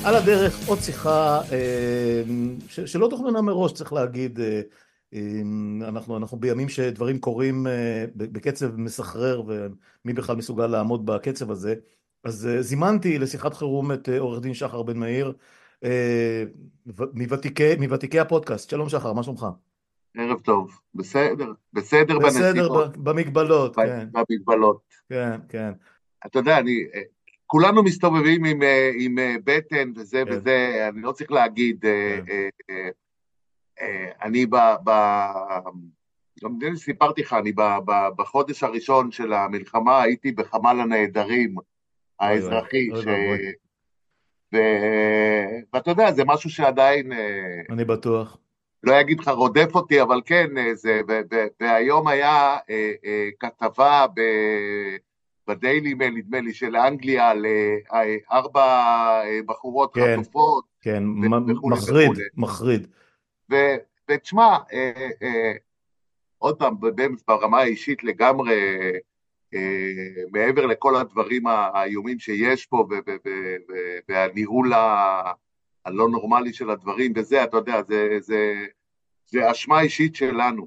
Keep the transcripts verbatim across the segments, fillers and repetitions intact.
על הדרך עוד שיחה ש- שלא תוכננה מראש, צריך להגיד. אנחנו, אנחנו בימים שדברים קורים בקצב מסחרר, ומי בכלל מסוגל לעמוד בקצב הזה. אז זימנתי לשיחת חירום את עורך דין שחר בן מאיר, מוותיקי, מוותיקי הפודקאסט. שלום שחר, מה שלומך? ערב טוב, בסדר, בסדר בסדר, בנסיבות, ב- במגבלות, כן, ב- במגבלות. כן, כן, אתה יודע, אני, אה, כולנו מסתובבים עם, אה, עם אה, בטן וזה כן, וזה, אני לא צריך להגיד, אה, כן, אה, אה, אה, אני ב... ב לא יודע אם סיפרתי לך, אני ב, ב, בחודש הראשון של המלחמה הייתי בחמ"ל הנעדרים אוי אוי, האזרחי, אוי ש... ואבוי, ו... ואתה יודע, זה משהו שעדיין, אה, אני בטוח. לא אגיד לך רודף אותי, אבל כן, אה, זה, ו- ו- והיום היה אה, אה, כתבה ב, בדיילי מייל, נדמה לי, של אנגליה, על אה, אה, ארבע אה, בחורות כן, חטופות, כן, ו- מ- וכולי מחריד, וכולי. מחריד. ו- ותשמע, אה, אה, עוד פעם, באמת ברמה האישית לגמרי, אה, מעבר לכל הדברים האיומים שיש פה, ו- ו- ו- ו- והניהול ה- הלא נורמלי של הדברים, וזה, אתה יודע, זה, זה, זה אשמה אישית שלנו.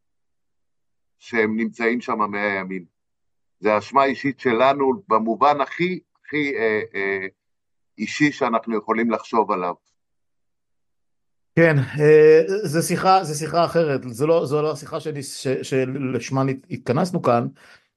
שהם נמצאים שם מאה ימים. זה אשמה אישית שלנו במובן הכי, הכי אה, אה, אישי שאנחנו יכולים לחשוב עליו. כן, אה, זה שיחה, זה שיחה אחרת, זה לא, זו לא השיחה שלי, ש- שלשמה התכנסנו כאן.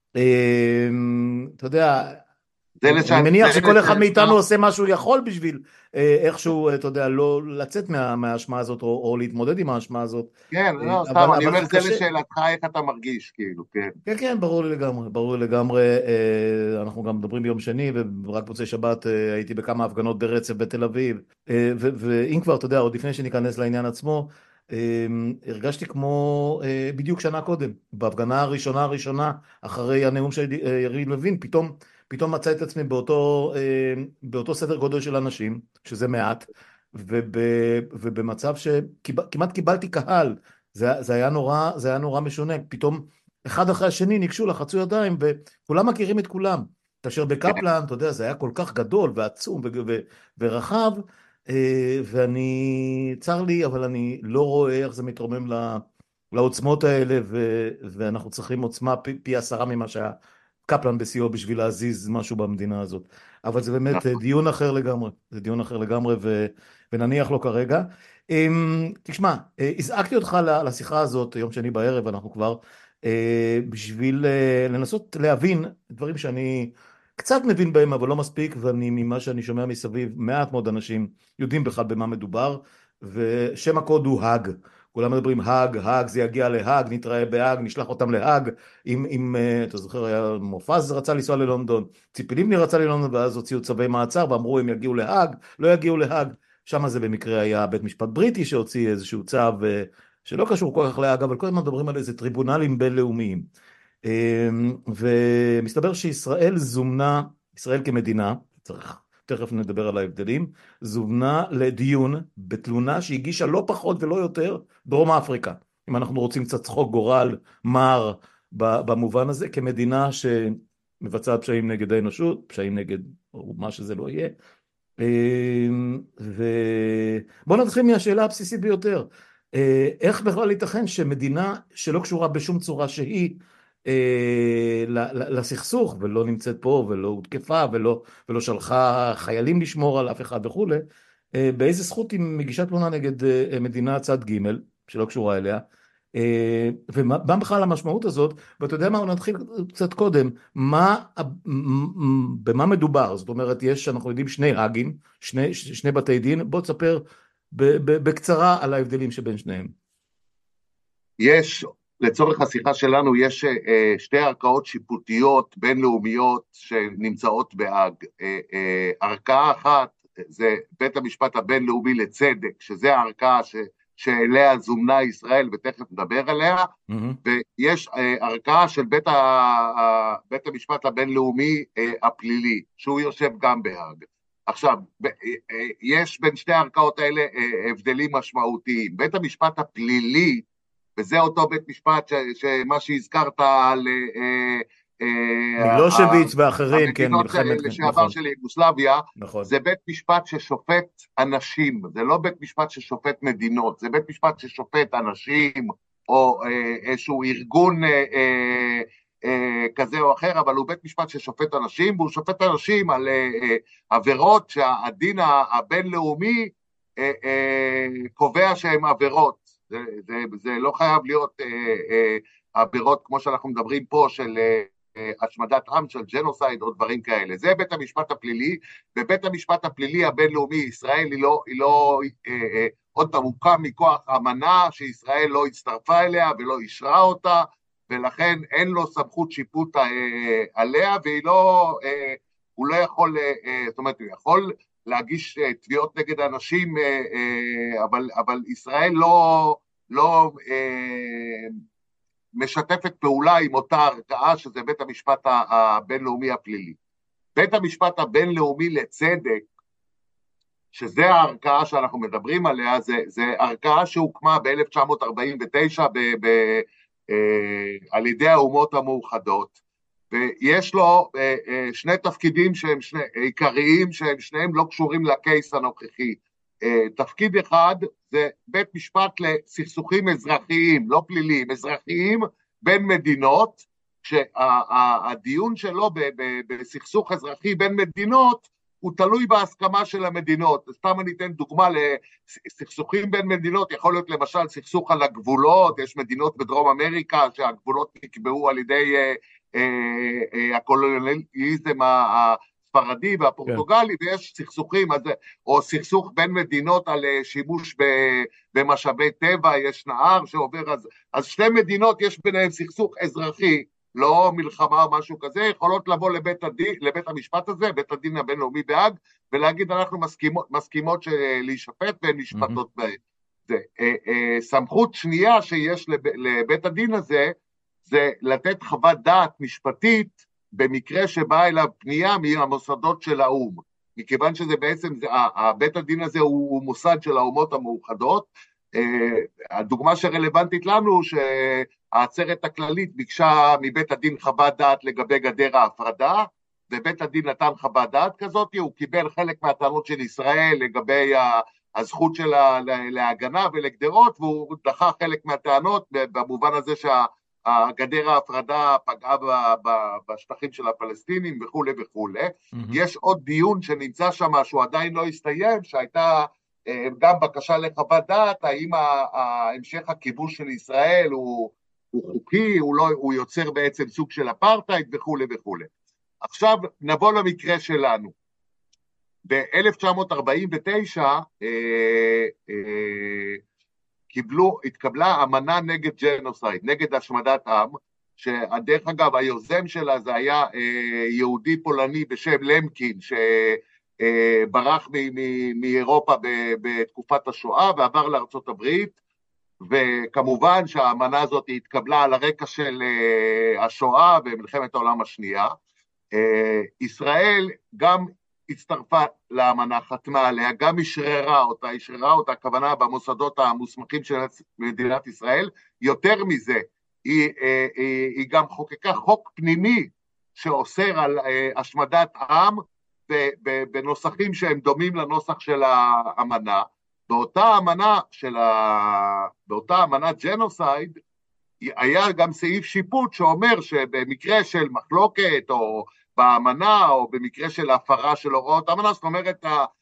אה, אתה יודע, זה אני, אני לשם, מניח זה שכל אחד מאיתנו לשם, עושה מה שהוא יכול בשביל אה, איכשהו, אה, אתה יודע, לא לצאת מה, מהאשמה הזאת, או, או להתמודד עם האשמה הזאת. כן, אה, לא, סתם, אבל, אני אבל אומר, זה זה קשה. לשאלתך איך אתה מרגיש, כאילו, כן. כן, כן, ברור לי לגמרי, ברור לי לגמרי. אה, אנחנו גם מדברים ביום שני, ורק מוצאי שבת אה, הייתי בכמה הפגנות ברצף בתל אביב. אה, ו- ואם כבר, אתה יודע, עוד לפני שניכנס לעניין עצמו, אה, הרגשתי כמו אה, בדיוק שנה קודם, בהפגנה הראשונה הראשונה, אחרי הנאום של אה, יריב לוין, פתאום, פתאום מצא את עצמי באותו, אה, באותו סדר גודל של אנשים, שזה מעט, וב, ובמצב שכמעט קיבלתי קהל. זה, זה היה נורא, זה היה נורא משונה. פתאום אחד אחרי השני ניגשו, לחצו ידיים, וכולם מכירים את כולם. כאשר כן, בקפלן, אתה יודע, זה היה כל כך גדול ועצום ו- ו- ורחב, אה, ואני, צר לי, אבל אני לא רואה איך זה מתרומם ל- לעוצמות האלה, ו- ואנחנו צריכים עוצמה פי, פי עשרה ממה שהיה קפלן בשיאו בשביל להזיז משהו במדינה הזאת. אבל זה באמת אה, נכון. דיון אחר לגמרי, זה דיון אחר לגמרי, ו- ונניח לו כרגע. אמ, תשמע, אה, הזעקתי אותך ל- לשיחה הזאת יום שני בערב, אנחנו כבר, אה, בשביל אה, לנסות להבין דברים שאני קצת מבין בהם אבל לא מספיק, ואני ממה שאני שומע מסביב מעט מאוד אנשים יודעים בכלל במה מדובר, ושם הקוד הוא האג. כולם מדברים האג, האג, זה יגיע להאג, נתראה בהאג, נשלח אותם להאג. אם, אם אה, אתה זוכר, היה מופז רצה לנסוע ללונדון, ציפי לבני רצה ללונדון, ואז הוציאו צווי מעצר ואמרו הם יגיעו להאג, לא יגיעו להאג. שם זה במקרה היה בית משפט בריטי שהוציא איזשהו צו אה, שלא קשור כל כך להאג, אבל כל הזמן מדברים על איזה טריבונלים בינלאומיים. אמ, ומסתבר שישראל זומנה, ישראל כמדינה, צריך, תכף נדבר על ההבדלים, זומנה לדיון בתלונה שהגישה לא פחות ולא יותר דרום אפריקה. אם אנחנו רוצים קצת צחוק גורל מר ב- במובן הזה, כמדינה שמבצעת פשעים נגד האנושות, פשעים נגד או מה שזה לא יהיה. אמ, ובוא נתחיל מהשאלה הבסיסית ביותר. אה, איך בכלל ייתכן שמדינה שלא קשורה בשום צורה שהיא אה, ל- ל- לסכסוך, ולא נמצאת פה ולא הותקפה ולא, ולא שלחה חיילים לשמור על אף אחד וכולי, אה, באיזה זכות היא מגישה תלונה נגד אה, מדינה צד ג' שלא קשורה אליה, אה, ומה מה בכלל המשמעות הזאת? ואתה יודע מה, נתחיל קצת קודם, מה, במה מדובר? זאת אומרת, יש, אנחנו יודעים, שני האגים, שני, שני בתי דין, בוא תספר ב- ב- בקצרה על ההבדלים שבין שניהם. יש, לצורך השיחה שלנו, יש אה, שתי ערכאות שיפוטיות בינלאומיות שנמצאות בהאג. אה, אה, ערכאה אחת זה בית המשפט הבינלאומי לצדק, שזה הערכאה ש, שאליה זומנה ישראל, ותכף נדבר עליה, מהמם. ויש אה, ערכאה של בית, ה, ה, בית המשפט הבינלאומי אה, הפלילי, שהוא יושב גם בהאג. עכשיו, ב- אה, אה, יש בין שתי הערכאות האלה אה, הבדלים משמעותיים. בית המשפט הפלילי, וזה אותו בית משפט, ש, שמה שהזכרת על אה, מילושביץ' ואחרים, כן, המדינות מלחמת, לשעבר נכון, של יוגוסלביה, נכון. זה בית משפט ששופט אנשים, זה לא בית משפט ששופט מדינות, זה בית משפט ששופט אנשים, או אה, איזשהו ארגון אה, אה, אה, כזה או אחר, אבל הוא בית משפט ששופט אנשים, והוא שופט אנשים על אה, אה, עבירות שהדין הבינלאומי אה, אה, קובע שהן עבירות. זה, זה, זה לא חייב להיות אה, אה, עבירות כמו שאנחנו מדברים פה של אה, השמדת עם, של ג'נוסייד או דברים כאלה. זה בית המשפט הפלילי, ובית המשפט הפלילי הבינלאומי, ישראל היא לא, היא לא אה, אה, עוד פעם הוקם מכוח אמנה שישראל לא הצטרפה אליה ולא אישרה אותה, ולכן אין לו סמכות שיפוט אה, עליה, והיא לא, אה, הוא לא יכול, אה, אה, זאת אומרת, הוא יכול להגיש אה, תביעות נגד אנשים, אה, אה, אבל, אבל ישראל לא, לא אה, משתפת פעולה עם אותה ערכאה שזה בית המשפט הבינלאומי הפלילי. בית המשפט הבינלאומי לצדק, שזה הערכאה שאנחנו מדברים עליה, זה, זה ערכאה שהוקמה ב-אלף תשע מאות ארבעים ותשע ב, ב, אה, על ידי האומות המאוחדות, ויש לו אה, אה, שני תפקידים שהם שני, עיקריים, שהם שניהם לא קשורים לקייס הנוכחי. אה, תפקיד אחד זה בית משפט לסכסוכים אזרחיים, לא פליליים, אזרחיים בין מדינות, שהדיון שלו בסכסוך אזרחי בין מדינות, הוא תלוי בהסכמה של המדינות. סתם אני אתן דוגמה לסכסוכים בין מדינות, יכול להיות למשל סכסוך על הגבולות, יש מדינות בדרום אמריקה שהגבולות נקבעו על ידי אה, אה, אה, הקולוניאליזם הספרדי והפורטוגלי, כן. ויש סכסוכים, אז, או סכסוך בין מדינות על שימוש במשאבי טבע, יש נהר שעובר, אז, אז שתי מדינות יש ביניהם סכסוך אזרחי, לא מלחמה או משהו כזה, יכולות לבוא לבית, הדין, לבית המשפט הזה, בית הדין הבינלאומי בהאג, ולהגיד אנחנו מסכימות, מסכימות להישפט והן נשפטות בהן. זה, אה, אה, סמכות שנייה שיש לב, לבית הדין הזה, זה לתת חוות דעת משפטית, במקרה שבאה אליו פנייה מהמוסדות של האו"ם. מכיוון שזה בעצם, זה, בית הדין הזה הוא, הוא מוסד של האומות המאוחדות, הדוגמה שרלוונטית לנו, שהעצרת הכללית ביקשה מבית הדין חוות דעת לגבי גדר ההפרדה, ובית הדין נתן חוות דעת כזאת, הוא קיבל חלק מהטענות של ישראל לגבי הזכות שלה להגנה ולגדרות, והוא דחה חלק מהטענות במובן הזה שהגדר ההפרדה פגעה בשטחים של הפלסטינים וכו' וכו'. Mm-hmm. יש עוד דיון שנמצא שם שהוא עדיין לא הסתיים, שהייתה גם בקשה לחוות דעת, האם המשך הכיבוש של ישראל הוא, הוא חוקי, הוא, לא, הוא יוצר בעצם סוג של אפרטהייד וכו' וכו'. עכשיו נבוא למקרה שלנו. ב-אלף תשע מאות ארבעים ותשע אה, אה, קיבלו, התקבלה אמנה נגד ג'נוסייד, נגד השמדת עם, שדרך אגב היוזם שלה זה היה אה, יהודי פולני בשם למקין, ש... ברח מאירופה בתקופת השואה ועבר לארצות הברית, וכמובן שהאמנה הזאת התקבלה על הרקע של השואה ומלחמת העולם השנייה. ישראל גם הצטרפה לאמנה, חתמה עליה, גם אשררה אותה, אשררה אותה, הכוונה במוסדות המוסמכים של מדינת ישראל. יותר מזה, היא, היא, היא גם חוקקה חוק פנימי שאוסר על השמדת עם, בנוסחים שהם דומים לנוסח של האמנה. באותה אמנה של ה... באותה אמנת ג'נוסייד היה גם סעיף שיפוט שאומר שבמקרה של מחלוקת או באמנה או במקרה של הפרה של הוראות האמנה, זאת אומרת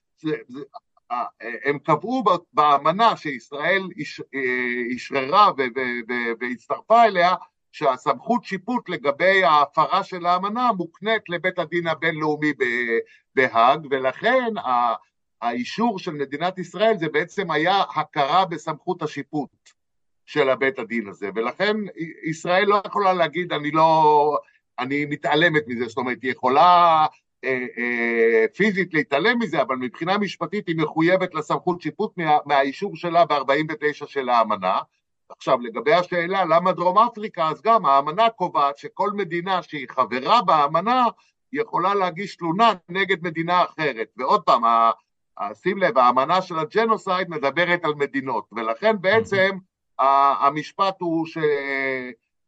הם קבעו באמנה שישראל ישררה והצטרפה אליה, שהסמכות שיפוט לגבי ההפרה של האמנה מוקנית לבית הדין הבינלאומי בהאג, ולכן האישור של מדינת ישראל זה בעצם היה הכרה בסמכות השיפוט של הבית הדין הזה, ולכן ישראל לא יכולה להגיד אני לא, אני מתעלמת מזה, זאת אומרת היא יכולה אה, אה, פיזית להתעלם מזה, אבל מבחינה משפטית היא מחויבת לסמכות שיפוט מה, מהאישור שלה ב-ארבעים ותשע של האמנה. עכשיו, לגבי השאלה, למה דרום אפריקה? אז גם האמנה קובעת שכל מדינה שהיא חברה באמנה, יכולה להגיש תלונה נגד מדינה אחרת. ועוד פעם, שים לב, האמנה של הג'נוסייד מדברת על מדינות, ולכן בעצם המשפט הוא ש...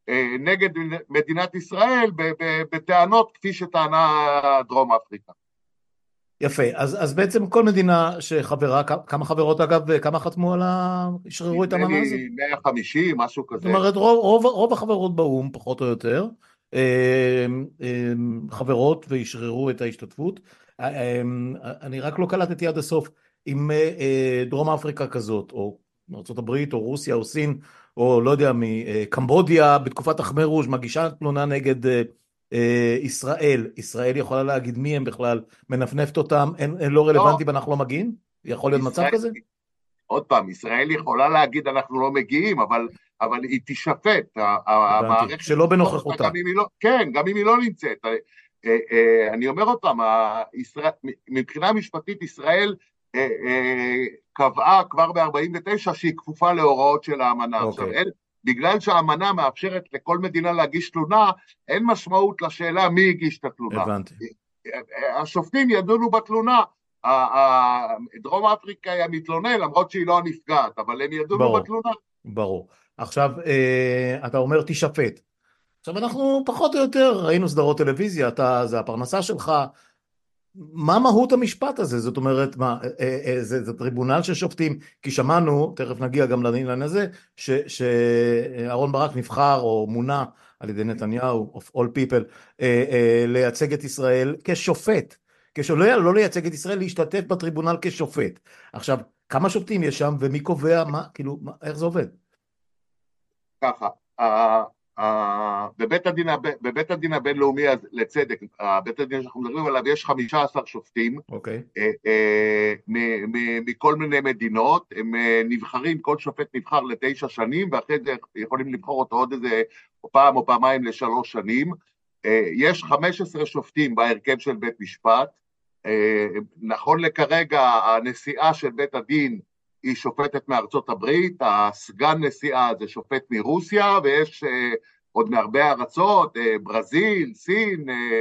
נגד מדינת ישראל בטענות כפי שטענה דרום אפריקה. יפה, אז, אז בעצם כל מדינה שחברה, כמה חברות אגב, כמה חתמו על ה... ישררו את נדמה האמנה הזאת? לי מאה וחמישים, משהו זאת כזה. אומרת, רוב, רוב, רוב החברות באו"ם, פחות או יותר, אה, אה, חברות וישררו את ההשתתפות. אה, אה, אני רק לא קלטתי עד הסוף, אם אה, אה, דרום אפריקה כזאת, או ארצות הברית, או רוסיה, או סין, או לא יודע, מקמבודיה, בתקופת החמר רוז' מגישה תלונה נגד אה, אה, ישראל, ישראל יכולה להגיד מי הם בכלל, מנפנפת אותם, הם, הם לא לא, רלוונטיים, אנחנו לא מגיעים? יכול להיות מצב ישראל, כזה? עוד פעם, ישראל יכולה להגיד אנחנו לא מגיעים, אבל, אבל היא תישפט, הבנתי, המערכת שלא תחקור אותה בנוכחותה. גם אם היא לא, כן, גם אם היא לא נמצאת. אה, אה, אני אומר עוד פעם, ישראל, מבחינה משפטית ישראל אה, אה, קבעה כבר ב-ארבעים ותשע שהיא כפופה להוראות של האמנה. עכשיו, אוקיי, אין, בגלל שהאמנה מאפשרת לכל מדינה להגיש תלונה, אין משמעות לשאלה מי הגיש את התלונה. הבנתי. השופטים ידונו בתלונה, דרום אפריקה היא המתלונן, למרות שהיא לא הנפגעת, אבל הם ידונו ברור. בתלונה. ברור. עכשיו, אה, אתה אומר תשפט. עכשיו, אנחנו פחות או יותר ראינו סדרות טלוויזיה, אתה, זה הפרנסה שלך. מה מהות המשפט הזה? זאת אומרת, מה, אה, אה, זה, זה טריבונל של שופטים, כי שמענו, תכף נגיע גם לעניין הזה, ש- שאהרן ברק נבחר או מונה על ידי נתניהו, of all people, אה, אה, לייצג את ישראל כשופט. כשלא לא לייצג את ישראל, להשתתף בטריבונל כשופט. עכשיו, כמה שופטים יש שם, ומי קובע, מה, כאילו, מה, איך זה עובד? ככה, בבית הדין, בבית הדין הבינלאומי לצדק, בית הדין שאנחנו מדברים עליו, יש חמישה עשר שופטים, אוקיי. מכל מיני מדינות, הם נבחרים, כל שופט נבחר לתשע שנים, ואחרי זה יכולים לבחור אותו עוד איזה פעם או פעמיים לשלוש שנים. יש חמישה עשר שופטים בהרכב של בית משפט, נכון לכרגע הנשיאה של בית הדין היא שופטת מארצות הברית, הסגן נשיאה זה שופט מרוסיה, ויש עוד מהרבה ארצות, ברזיל, סין,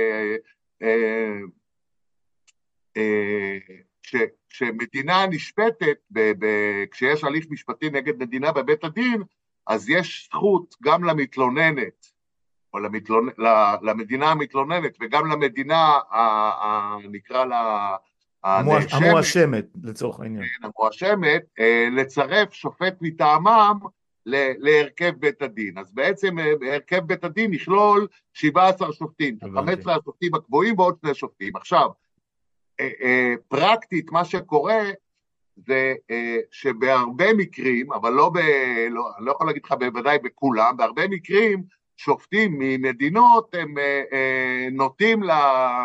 כשמדינה נשפטת, כשיש הליך משפטי נגד מדינה בבית הדין, אז יש זכות גם למתלוננת, או למתלונ... למדינה המתלוננת, וגם למדינה, נקרא לה, הנאשמת, המואשמת, לצורך העניין. המואשמת, לצרף שופט מטעמם להרכב בית הדין. אז בעצם הרכב בית הדין יכלול שבעה עשר שופטים, חמישה עשר השופטים הקבועים ועוד שני שופטים. עכשיו, פרקטית מה שקורה זה שבהרבה מקרים, אבל לא, ב... לא, אני לא יכול להגיד לך בוודאי בכולם, בהרבה מקרים שופטים ממדינות הם נוטים ל...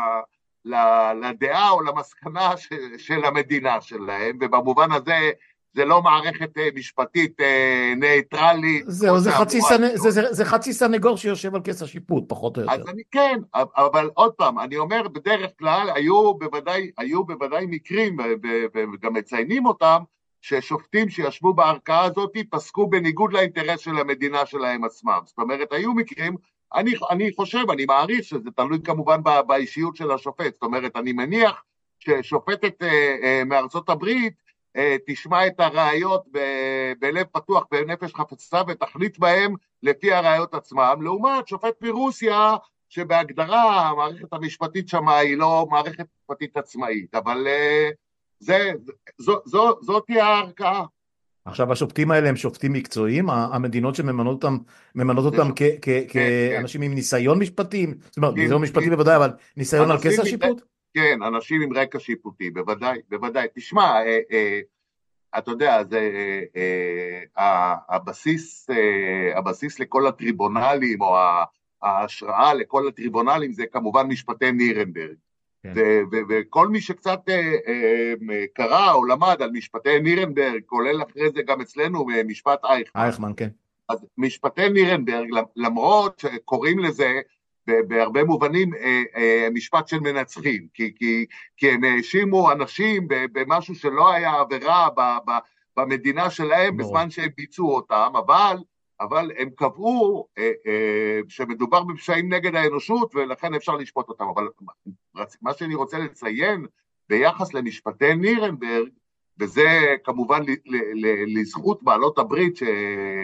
לדעה או למסקנה של המדינה שלהם, ובמובן הזה זה לא מערכת משפטית ניטרלית. זהו, זה חצי, סנ... זה, זה, זה חצי סנגור שיושב על כס השיפוט, פחות או יותר. אז אני כן, אבל עוד פעם, אני אומר, בדרך כלל היו בוודאי, היו בוודאי מקרים, וגם מציינים אותם, ששופטים שישבו בערכאה הזאת פסקו בניגוד לאינטרס של המדינה שלהם עצמם. זאת אומרת, היו מקרים, אני, אני חושב, אני מעריך שזה תלוי כמובן באישיות של השופט. זאת אומרת, אני מניח ששופטת אה, אה, מארצות הברית אה, תשמע את הראיות ב- בלב פתוח, בנפש חפצה, ותחליט בהם לפי הראיות עצמם, לעומת שופט מרוסיה, שבהגדרה המערכת המשפטית שמה היא לא מערכת משפטית עצמאית, אבל אה, זה, זו, זו, זאת היא הערכאה. עכשיו, השופטים האלה הם שופטים מקצועיים? המדינות שממנות אותם, ממנות אותם ש... כ- כ- כן, כן. כאנשים עם ניסיון משפטי? זאת אומרת, עם, ניסיון משפטי עם, בוודאי, אבל ניסיון על כס אנשים, השיפוט? כן, אנשים עם רקע שיפוטי, בוודאי, בוודאי. תשמע, אה, אה, אתה יודע, זה אה, אה, הבסיס, אה, הבסיס לכל הטריבונלים, או ההשראה לכל הטריבונלים, זה כמובן משפטי נירנברג. כן. ו- ו- וכל מי שקצת אה, אה, קרא או למד על משפטי נירנברג, כולל אחרי זה גם אצלנו משפט אייכמן. אייכמן, כן. אז משפטי נירנברג, למרות שקוראים לזה בהרבה מובנים משפט של מנצחים, כי, כי, כי הם האשימו אנשים במשהו שלא היה עבירה במדינה שלהם בזמן שהם ביצעו אותם, אבל, אבל הם קבעו שמדובר בפשעים נגד האנושות, ולכן אפשר לשפוט אותם. אבל מה שאני רוצה לציין ביחס למשפטי נירנברג, וזה כמובן לזכות בעלות הברית ש...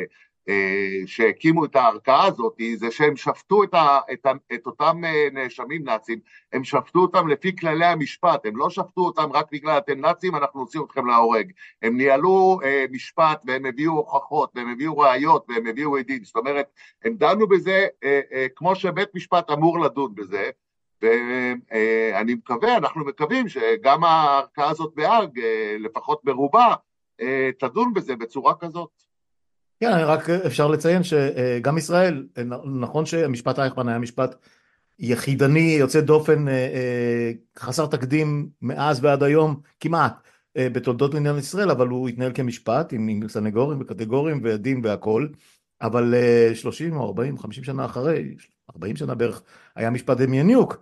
שהקימו את הערכאה הזאת, זה שהם שפטו את, ה, את, ה, את אותם נאשמים נאצים, הם שפטו אותם לפי כללי המשפט, הם לא שפטו אותם רק בגלל אתם נאצים, אנחנו נוציא אתכם להורג. הם ניהלו אה, משפט, והם הביאו הוכחות, והם הביאו ראיות, והם הביאו עדים, זאת אומרת, הם דנו בזה אה, אה, כמו שבית משפט אמור לדון בזה, ואני אה, מקווה, אנחנו מקווים שגם הערכאה הזאת בהאג, אה, לפחות ברובה, אה, תדון בזה בצורה כזאת. כן, רק אפשר לציין שגם ישראל, נכון שמשפט אייכמן היה משפט יחידני, יוצא דופן, חסר תקדים מאז ועד היום, כמעט, בתולדות מדינת ישראל, אבל הוא התנהל כמשפט עם סנגורים וקטגורים ועדים והכל, אבל שלושים או ארבעים, חמישים שנה אחרי, ארבעים שנה בערך, היה משפט דמיאניוק,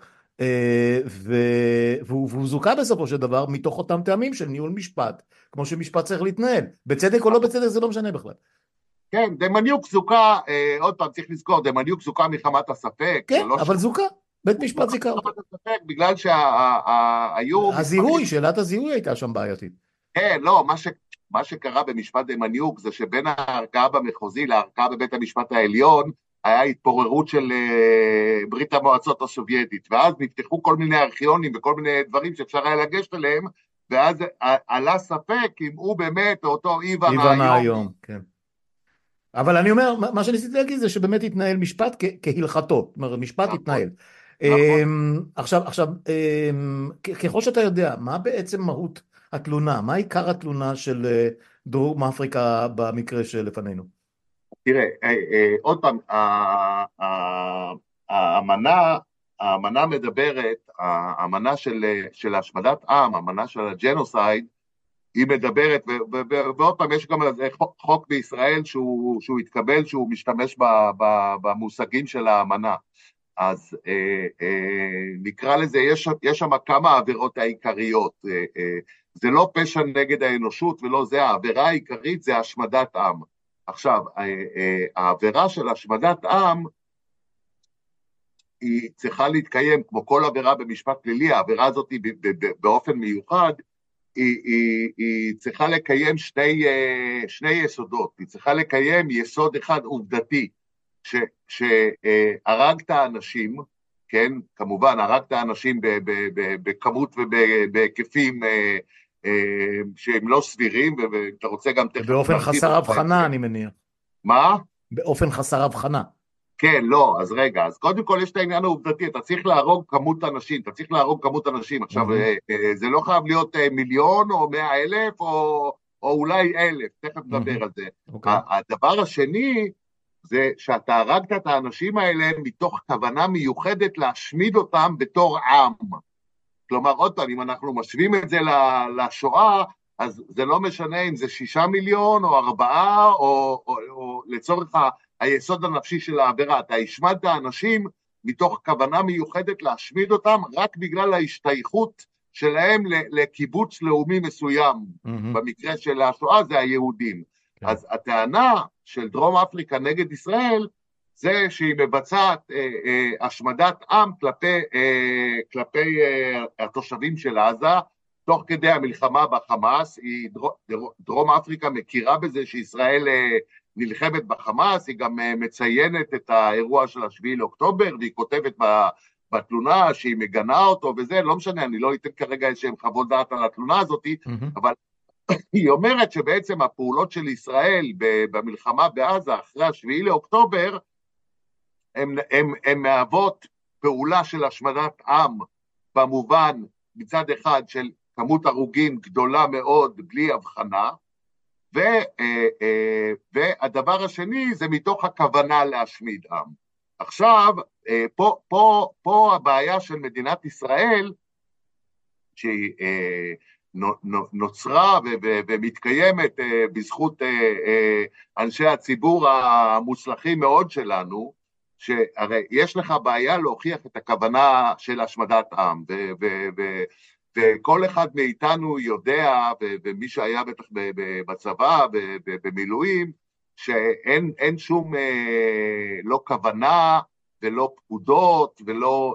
והוא זוכה בסופו של דבר מתוך אותם טעמים של ניהול משפט, כמו שמשפט צריך להתנהל, בצדק או לא בצדק זה לא משנה בכלל. כן, דמיאניוק זוכה, אה, עוד פעם צריך לזכור, דמיאניוק זוכה מחמת הספק. כן, לא אבל ש... זוכה, בית משפט זיכה אותו. מחמת הספק, בגלל שהיו... הזיהוי, מספרים... שאלת הזיהוי הייתה שם בעייתית. כן, לא, מה, ש... מה שקרה במשפט דמיאניוק זה שבין הערכאה במחוזי לערכאה בבית המשפט העליון, היה התפוררות של uh, ברית המועצות הסובייטית, ואז נפתחו כל מיני ארכיונים וכל מיני דברים שאפשר היה לגשת אליהם, ואז עלה ספק אם הוא באמת אותו איוון היום. היום, כן. אבל אני אומר, מה שניסיתי להגיד זה שבאמת התנהל משפט כהלכתו, זאת אומרת, משפט התנהל. עכשיו, עכשיו, ככל שאתה יודע, מה בעצם מהות התלונה? מה עיקר התלונה של דרום אפריקה במקרה שלפנינו? תראה, עוד פעם, האמנה, האמנה מדברת, האמנה של השמדת עם, האמנה של הג'נוסייד, היא מדברת, ועוד פעם יש גם חוק בישראל שהוא, שהוא התקבל, שהוא משתמש במושגים של האמנה. אז אה, אה, נקרא לזה, יש, יש שם כמה עבירות העיקריות. אה, אה, זה לא פשע נגד האנושות ולא זה, העבירה העיקרית זה השמדת עם. עכשיו, אה, אה, העבירה של השמדת עם, היא צריכה להתקיים, כמו כל עבירה במשפט פלילי, העבירה הזאת היא באופן מיוחד, היא, היא, היא צריכה לקיים שני, שני יסודות, היא צריכה לקיים יסוד אחד עובדתי, שהרגת אנשים, כן, כמובן הרגת אנשים בכמות ובהיקפים שהם לא סבירים, ואתה רוצה גם... באופן חסר הבחנה אני מניח. מה? באופן חסר הבחנה. כן, לא, אז רגע, אז קודם כל יש את העניין העובדתי, אתה צריך להרוג כמות אנשים, אתה צריך להרוג כמות אנשים, עכשיו, זה לא חייב להיות מיליון או מאה אלף או, או אולי אלף, תכף נדבר על זה. הדבר השני, זה שאתה הרגת את האנשים האלה מתוך כוונה מיוחדת להשמיד אותם בתור עם. כלומר, עוד פעם, אם אנחנו משווים את זה לשואה, אז זה לא משנה אם זה שישה מיליון או ארבעה, או, או, או לצורך ה... היסוד הנפשי של העבירה, אתה השמדת האנשים מתוך כוונה מיוחדת להשמיד אותם, רק בגלל ההשתייכות שלהם לקיבוץ לאומי מסוים, mm-hmm. במקרה של השואה זה היהודים. Okay. אז הטענה של דרום אפריקה נגד ישראל, זה שהיא מבצעת אה, אה, השמדת עם כלפי, אה, כלפי אה, התושבים של עזה, תוך כדי המלחמה בחמאס, היא, דרום, דרום אפריקה מכירה בזה שישראל... אה, נלחמת בחמאס, היא גם מציינת את האירוע של השביעי לאוקטובר, והיא כותבת בתלונה שהיא מגנה אותו וזה, לא משנה, אני לא אתן כרגע איזשהם חוות דעת על התלונה הזאת, mm-hmm. אבל היא אומרת שבעצם הפעולות של ישראל במלחמה בעזה, אחרי השביעי לאוקטובר, הן מהוות פעולה של השמדת עם, במובן מצד אחד של כמות הרוגים גדולה מאוד, בלי הבחנה, ו, והדבר השני זה מתוך הכוונה להשמיד עם. עכשיו, פה, פה, פה הבעיה של מדינת ישראל, שהיא נוצרה ומתקיימת בזכות אנשי הציבור המוצלחים מאוד שלנו, שהרי יש לך בעיה להוכיח את הכוונה של השמדת עם, ו... ו, ו וכל אחד מאיתנו יודע, ומי שהיה בטח בצבא, במילואים, שאין אין שום לא כוונה ולא פקודות ולא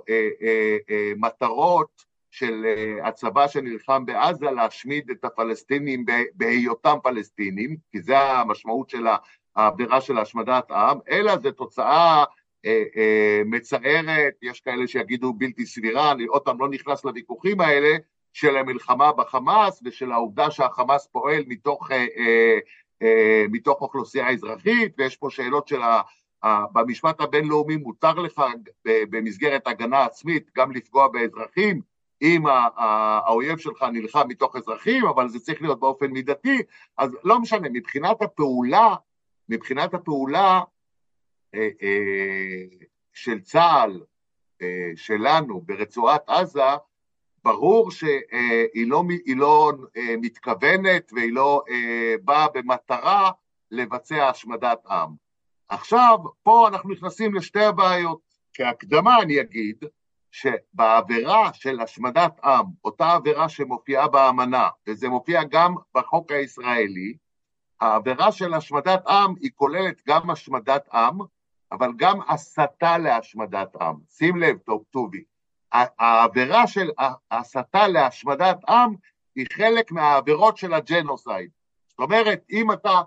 מטרות של הצבא שנלחם בעזה להשמיד את הפלסטינים בהיותם פלסטינים, כי זה המשמעות של העבירה של השמדת עם, אלא זה תוצאה אה, אה, מצערת, יש כאלה שיגידו בלתי סבירה, אני עוד פעם לא נכנס לוויכוחים האלה, של המלחמה בחמאס ושל העובדה שהחמאס פועל מתוך, אה, אה, אה, מתוך אוכלוסייה אזרחית, ויש פה שאלות של ה... במשפט הבינלאומי מותר לך במסגרת הגנה עצמית גם לפגוע באזרחים, אם האויב שלך נלחם מתוך אזרחים, אבל זה צריך להיות באופן מידתי, אז לא משנה, מבחינת הפעולה, מבחינת הפעולה אה, אה, של צה"ל, אה, שלנו ברצועת עזה, ברור שהיא לא, היא לא אה, מתכוונת והיא לא אה, באה במטרה לבצע השמדת עם. עכשיו, פה אנחנו נכנסים לשתי הבעיות. כהקדמה אני אגיד שבעבירה של השמדת עם, אותה עבירה שמופיעה באמנה, וזה מופיע גם בחוק הישראלי, העבירה של השמדת עם היא כוללת גם השמדת עם, אבל גם הסתה להשמדת עם. שים לב, טוב, טובי. העבירה של הסתה להשמדת עם היא חלק מהעבירות של הג'נוסייד. זאת אומרת, אם אתה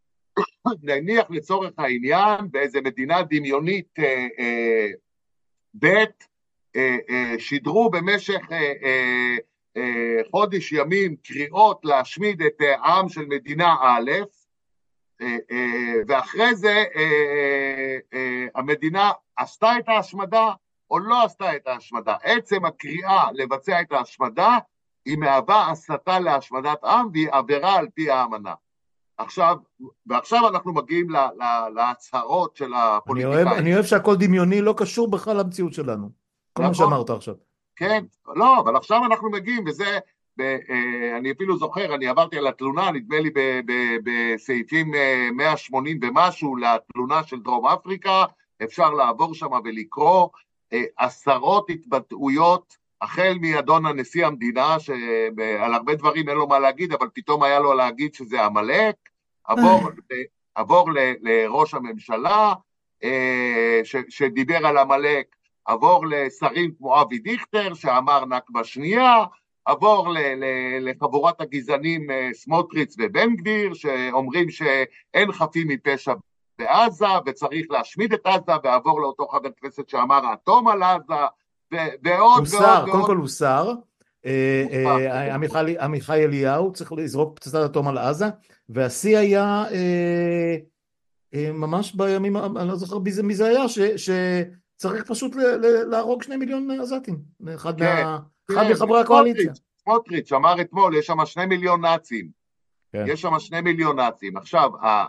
נניח לצורך העניין באיזה מדינה דמיונית אה, אה, בית, אה, אה, שידרו במשך אה, אה, אה, חודש ימים קריאות להשמיד את העם של מדינה א', אה, אה, ואחרי זה אה, אה, המדינה עשתה את ההשמדה או לא עשתה את ההשמדה. עצם הקריאה לבצע את ההשמדה היא מהווה הסתה להשמדת עם והיא עבירה על פי האמנה. עכשיו, ועכשיו אנחנו מגיעים לה, לה, להצהרות של הפוליטיקאים. אני אוהב, אני אוהב שהכל דמיוני, לא קשור בכלל למציאות שלנו. כל מה שאמרת עכשיו. כן, לא, אבל עכשיו אנחנו מגיעים, וזה, ב, אה, אני אפילו זוכר, אני עברתי על התלונה, נדמה לי ב, ב, בסעיפים אה, מאה שמונים ומשהו, לתלונה של דרום אפריקה, אפשר לעבור שם ולקרוא, אה, עשרות התבטאויות, החל מאדון הנשיא המדינה, שעל הרבה דברים אין לו מה להגיד, אבל פתאום היה לו להגיד שזה המלאק, עבור, עבור ל, לראש הממשלה, ש, שדיבר על המלאק, עבור לשרים כמו אבי דיכטר, שאמר נכבה שנייה, עבור ל, ל, לחבורת הגזענים סמוטריץ ובן גביר, שאומרים שאין חפים מפשע בעזה, וצריך להשמיד את עזה, ועבור לאותו חבר כנסת שאמר האטום על עזה, ועוד ועוד. קודם כל הוא שר, עמיחי אליהו צריך לזרוק פצצת אטום על עזה, והשיא היה ממש בימים, אני לא זוכר מי זה היה, שצריך פשוט להרוג שני מיליון עזתים, אחד מחברי הקואליציה. סמוטריץ' אמר אתמול, יש שם שני מיליון נאצים, יש שם שני מיליון נאצים. עכשיו,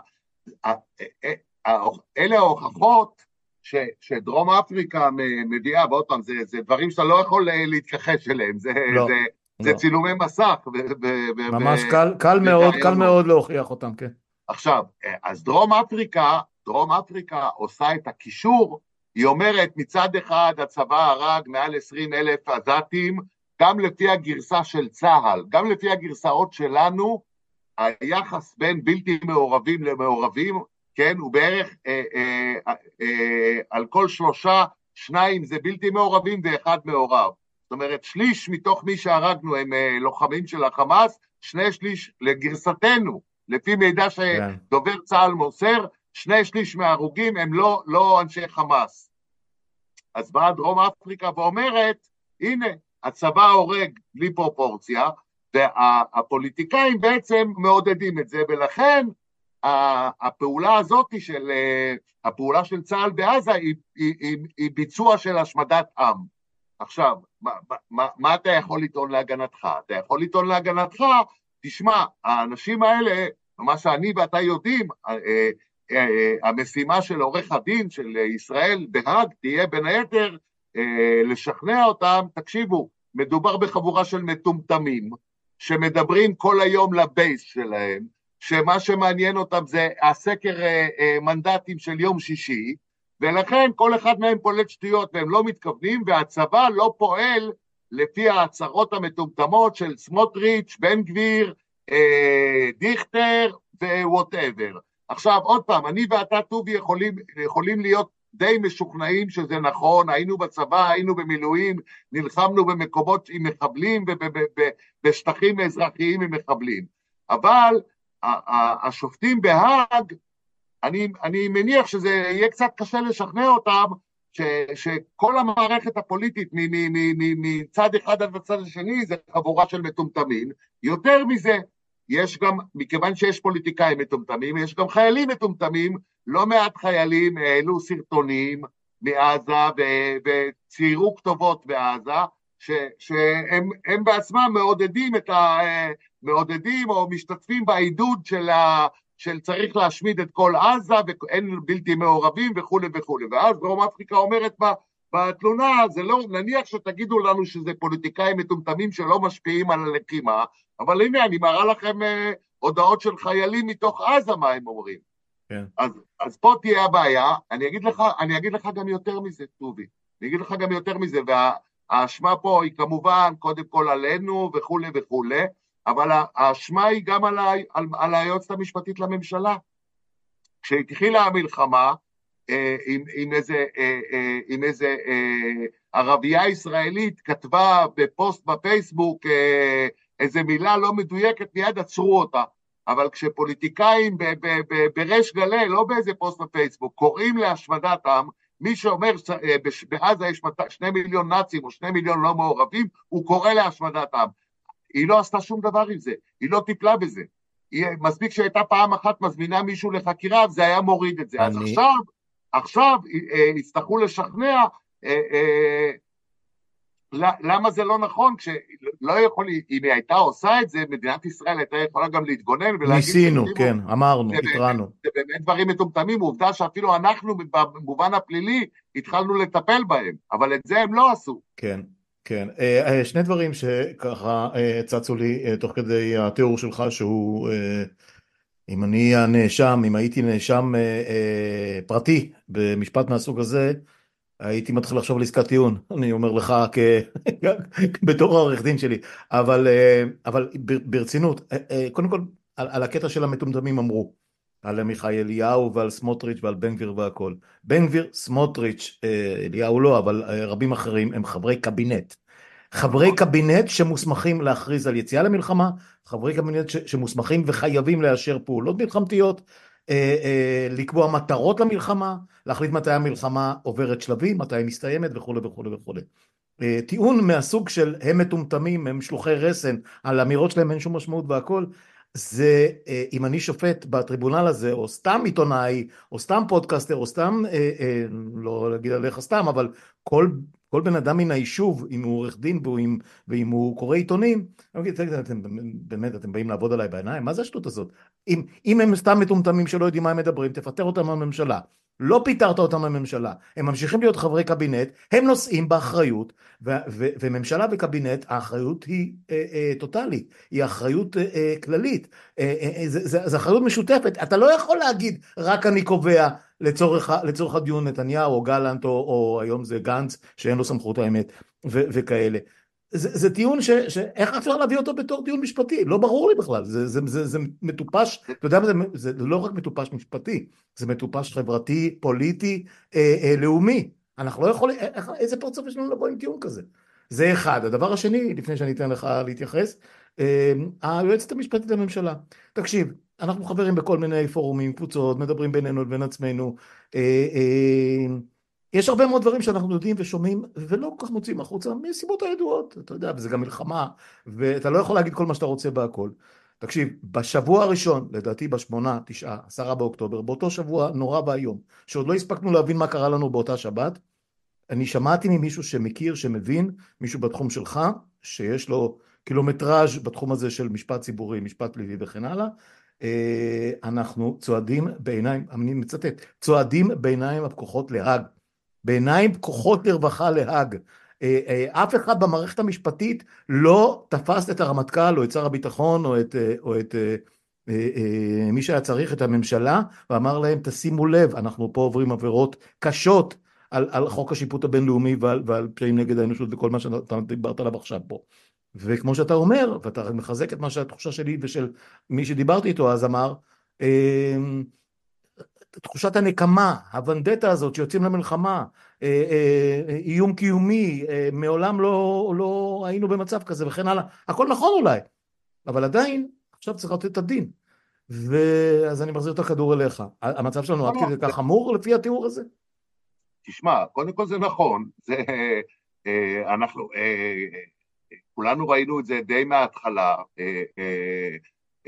אלה ההוכחות, ש, שדרום אפריקה מביאה, ועוד פעם, זה, זה דברים שאתה לא יכול להתכחש אליהם, זה, לא, זה, לא. זה צילומי מסך. ו, ו, ממש ו, קל, קל מאוד, קל מאוד להוכיח אותם, כן. עכשיו, אז דרום אפריקה, דרום אפריקה עושה את הקישור, היא אומרת מצד אחד הצבא הרג מעל עשרים אלף עזתים, גם לפי הגרסה של צה"ל, גם לפי הגרסאות שלנו, היחס בין בלתי מעורבים למעורבים, כן, הוא בערך אה, אה, אה, אה, על כל שלושה, שניים זה בלתי מעורבים ואחד מעורב. זאת אומרת, שליש מתוך מי שהרגנו הם אה, לוחמים של החמאס, שני שליש לגרסתנו, לפי מידע שדובר צה"ל מוסר, שני שליש מההרוגים הם לא, לא אנשי חמאס. אז באה דרום אפריקה ואומרת, הנה, הצבא הורג בלי פרופורציה, והפוליטיקאים בעצם מעודדים את זה, ולכן, הפעולה הזאת של, הפעולה של צה"ל בעזה היא, היא, היא, היא ביצוע של השמדת עם. עכשיו, מה, מה, מה אתה יכול לטעון להגנתך? אתה יכול לטעון להגנתך, תשמע, האנשים האלה, מה שאני ואתה יודעים, המשימה של עורך הדין של ישראל בהאג תהיה בין היתר לשכנע אותם, תקשיבו, מדובר בחבורה של מטומטמים, שמדברים כל היום לבייס שלהם, שמה שמעניין אותם זה הסקר מנדטים של יום שישי, ולכן כל אחד מהם פולט שטויות והם לא מתכוונים, והצבא לא פועל לפי ההצהרות המטומטמות של סמוטריץ', בן גביר, דיכטר ווואטאבר. עכשיו עוד פעם, אני ואתה טובי יכולים, יכולים להיות די משוכנעים שזה נכון, היינו בצבא, היינו במילואים, נלחמנו במקומות עם מחבלים ובשטחים אזרחיים עם מחבלים, אבל השופטים בהאג אני, אני מניח שזה יהיה קצת קשה לשכנע אותם ש, שכל המערכת הפוליטית מצד אחד עד הצד השני זה חבורה של מטומטמים. יותר מזה, יש גם, מכיוון שיש פוליטיקאים מטומטמים, יש גם חיילים מטומטמים, לא מעט חיילים העלו סרטונים מעזה וציירו כתובות בעזה, ש, שהם הם בעצמם מעודדים את ה... מעודדים או משתתפים בעידוד של ה... של צריך להשמיד את כל עזה ואין בלתי מעורבים וכו' וכו'. ואז דרום אפריקה אומרת בתלונה, זה לא, נניח שתגידו לנו שזה פוליטיקאים מטומטמים שלא משפיעים על הלחימה, אבל הנה אני מראה לכם אה, הודעות של חיילים מתוך עזה מה הם אומרים. כן. אז, אז פה תהיה הבעיה, אני אגיד לך, אני אגיד לך גם יותר מזה, טובי, אני אגיד לך גם יותר מזה, והאשמה פה היא כמובן קודם כל עלינו וכו' וכו', אבל האשמה היא גם על, ה, על, על היועצת המשפטית לממשלה. כשהתחילה המלחמה, אה, עם, עם איזה, אה, אה, עם איזה אה, ערבייה ישראלית כתבה בפוסט בפייסבוק אה, איזה מילה לא מדויקת, מיד עצרו אותה. אבל כשפוליטיקאים ב, ב, ב, ברש גלי, לא באיזה פוסט בפייסבוק, קוראים להשמדת עם, מי שאומר שבעזה יש שני מיליון נאצים או שני מיליון לא מעורבים, הוא קורא להשמדת עם. היא לא עשתה שום דבר עם זה, היא לא טיפלה בזה. היא, מספיק שהייתה פעם אחת מזמינה מישהו לחקירה, זה היה מוריד את זה. אני... אז עכשיו, עכשיו אה, יצטרכו לשכנע, אה, אה, למה זה לא נכון, כשלא יכול, אם היא הייתה עושה את זה, מדינת ישראל הייתה יכולה גם להתגונן ולהגיד... ניסינו, כן, אמרנו, התרענו. זה באמת דברים מטומטמים, עובדה שאפילו אנחנו במובן הפלילי התחלנו לטפל בהם, אבל את זה הם לא עשו. כן. כן, שני דברים שככה צצו לי תוך כדי התיאור שלך, שהוא, אם אני הנאשם, אם הייתי נאשם פרטי במשפט מהסוג הזה, הייתי מתחיל לחשוב על עסקת טיעון, אני אומר לך בתור העורך דין שלי, אבל, אבל ברצינות, קודם כל על, על הקטע של המטומטמים אמרו, על עמיחי אליהו ועל סמוטריץ' ועל בן גביר והכל. בן גביר, סמוטריץ', אליהו לא, אבל רבים אחרים הם חברי קבינט. חברי קבינט שמוסמכים להכריז על יציאה למלחמה, חברי קבינט שמוסמכים וחייבים לאשר פעולות מלחמתיות, לקבוע מטרות למלחמה, להחליט מתי המלחמה עוברת שלבים, מתי היא מסתיימת וכו' וכו' וכו'. טיעון מהסוג של הם מטומטמים, הם שלוחי רסן, על אמירות שלהם אין שום משמעות והכל, זה, אם אני שופט בטריבונל הזה, או סתם עיתונאי, או סתם פודקאסטר, או סתם, לא להגיד עליך סתם, אבל כל, כל בן אדם מן היישוב, אם הוא עורך דין, ואם, ואם הוא קורא עיתונים, אני אגיד, אתם, באמת, אתם באים לעבוד עליי בעיניים? מה זה השטות הזאת? אם, אם הם סתם מטומטמים שלא יודעים מה הם מדברים, תפטר אותם מהממשלה. לא פיטרת אותם מהממשלה, הם ממשיכים להיות חברי קבינט, הם נושאים באחריות, ו- ו- וממשלה וקבינט, האחריות היא אה, אה, טוטלית, היא אחריות אה, אה, כללית, אה, אה, זה, זה, זה אחריות משותפת, אתה לא יכול להגיד, רק אני קובע לצורך, לצורך הדיון נתניהו או גלנט, או, או היום זה גנץ, שאין לו סמכות האמת, ו- וכאלה. זה, זה טיעון ש, שאיך אפשר להביא אותו בתור טיעון משפטי? לא ברור לי בכלל, זה, זה, זה, זה מטופש, אתה יודע, זה, זה לא רק מטופש משפטי, זה מטופש חברתי, פוליטי, אה, אה, לאומי. אנחנו לא יכולים, איך, איזה פרצוף יש לנו לבוא עם טיעון כזה? זה אחד. הדבר השני, לפני שאני אתן לך להתייחס, אה, היועצת המשפטית לממשלה. תקשיב, אנחנו חברים בכל מיני פורומים, קבוצות, מדברים בינינו לבין עצמנו, אה, אה, יש הרבה מאוד דברים שאנחנו יודעים ושומעים ולא כל כך מוצאים החוצה מסיבות הידועות, אתה יודע, וזה גם מלחמה, ואתה לא יכול להגיד כל מה שאתה רוצה בהכל. תקשיב, בשבוע הראשון, לדעתי בשמונה, תשעה, עשרה באוקטובר, באותו שבוע נורא והיום, שעוד לא הספקנו להבין מה קרה לנו באותה שבת, אני שמעתי ממישהו שמכיר, שמבין, מישהו בתחום שלך, שיש לו קילומטראז' בתחום הזה של משפט ציבורי, משפט פלילי וכן הלאה, אנחנו צועדים בעיניים, אני מצטט, צועדים בעיניים הפקוחות להאג, בעיניים פקוחות לרווחה להאג. אף אחד במערכת המשפטית לא תפס את הרמטכ"ל או את שר הביטחון או את, או את מי שהיה צריך, את הממשלה, ואמר להם תשימו לב, אנחנו פה עוברים עבירות קשות על, על חוק השיפוט הבינלאומי ועל, ועל פשעים נגד האנושות וכל מה שאתה דיברת עליו עכשיו פה. וכמו שאתה אומר, ואתה מחזק את מה שהתחושה שלי ושל מי שדיברתי איתו אז אמר, תחושת הנקמה, הוונדטה הזאת שיוצאים למלחמה, איום קיומי, מעולם לא, לא היינו במצב כזה וכן הלאה, הכל נכון אולי, אבל עדיין עכשיו צריך לתת את הדין, ואז אני מחזיר את הכדור אליך. המצב שלנו לא, עד לא, כדי זה, כך חמור לפי התיאור הזה? תשמע, קודם כל זה נכון, זה, אה, אנחנו, אה, אה, כולנו ראינו את זה די מההתחלה, אה, אה, אה,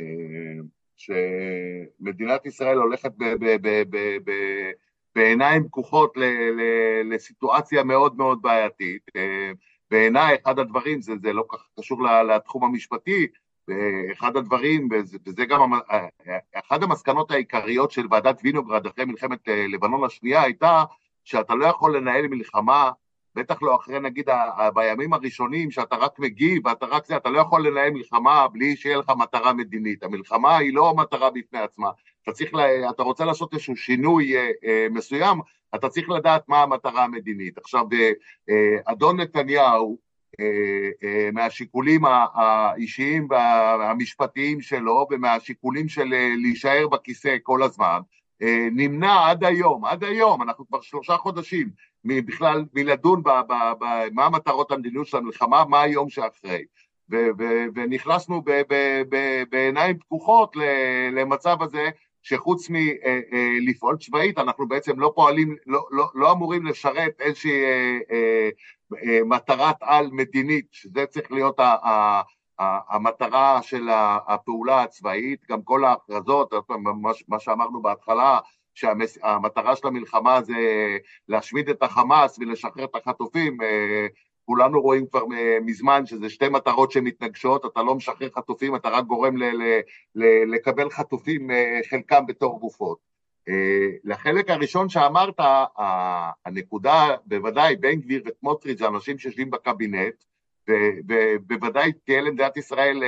שמדינת ישראל הולכת ב, ב, ב, ב, ב, בעיניים פקוחות ל, ל, לסיטואציה מאוד מאוד בעייתית. אה, בעיניי אחד הדברים, זה, זה לא כך קשור לתחום המשפטי, אה, אחד הדברים, וזה, וזה גם, המ- אה, אה, אחת המסקנות העיקריות של ועדת וינוגרד אחרי מלחמת אה, לבנון השנייה הייתה, שאתה לא יכול לנהל מלחמה, בטח לא אחרי נגיד ה- ה- בימים הראשונים שאתה רק מגיב ואתה רק זה, אתה לא יכול לנהל מלחמה בלי שיהיה לך מטרה מדינית. המלחמה היא לא מטרה בפני עצמה. אתה צריך, לה, אתה רוצה לעשות איזשהו שינוי אה, אה, מסוים, אתה צריך לדעת מה המטרה המדינית. עכשיו, אה, אה, אדון נתניהו, אה, אה, מהשיקולים ה- האישיים והמשפטיים שלו ומהשיקולים של אה, להישאר בכיסא כל הזמן, אה, נמנע עד היום, עד היום, אנחנו כבר שלושה חודשים, בכלל מלדון במה המטרות המדיניות של המלחמה, מה היום שאחרי. ו- ו- ונכנסנו ב- ב- ב- בעיניים פקוחות ל- למצב הזה, שחוץ מלפעול צבאית, אנחנו בעצם לא פועלים, לא, לא, לא אמורים לשרת איזושהי אה, אה, אה, מטרת על מדינית, שזה צריך להיות ה- ה- ה- המטרה של הפעולה הצבאית. גם כל ההכרזות, מה שאמרנו בהתחלה, שהמטרה של המלחמה זה להשמיד את החמאס ולשחרר את החטופים, כולנו רואים כבר מזמן שזה שתי מטרות שמתנגשות, אתה לא משחרר חטופים, אתה רק גורם ל- ל- ל- לקבל חטופים, חלקם בתור גופות. לחלק הראשון שאמרת, הנקודה, בוודאי בן גביר וסמוטריץ' זה אנשים שיושבים בקבינט, ובוודאי תהיה למדינת ישראל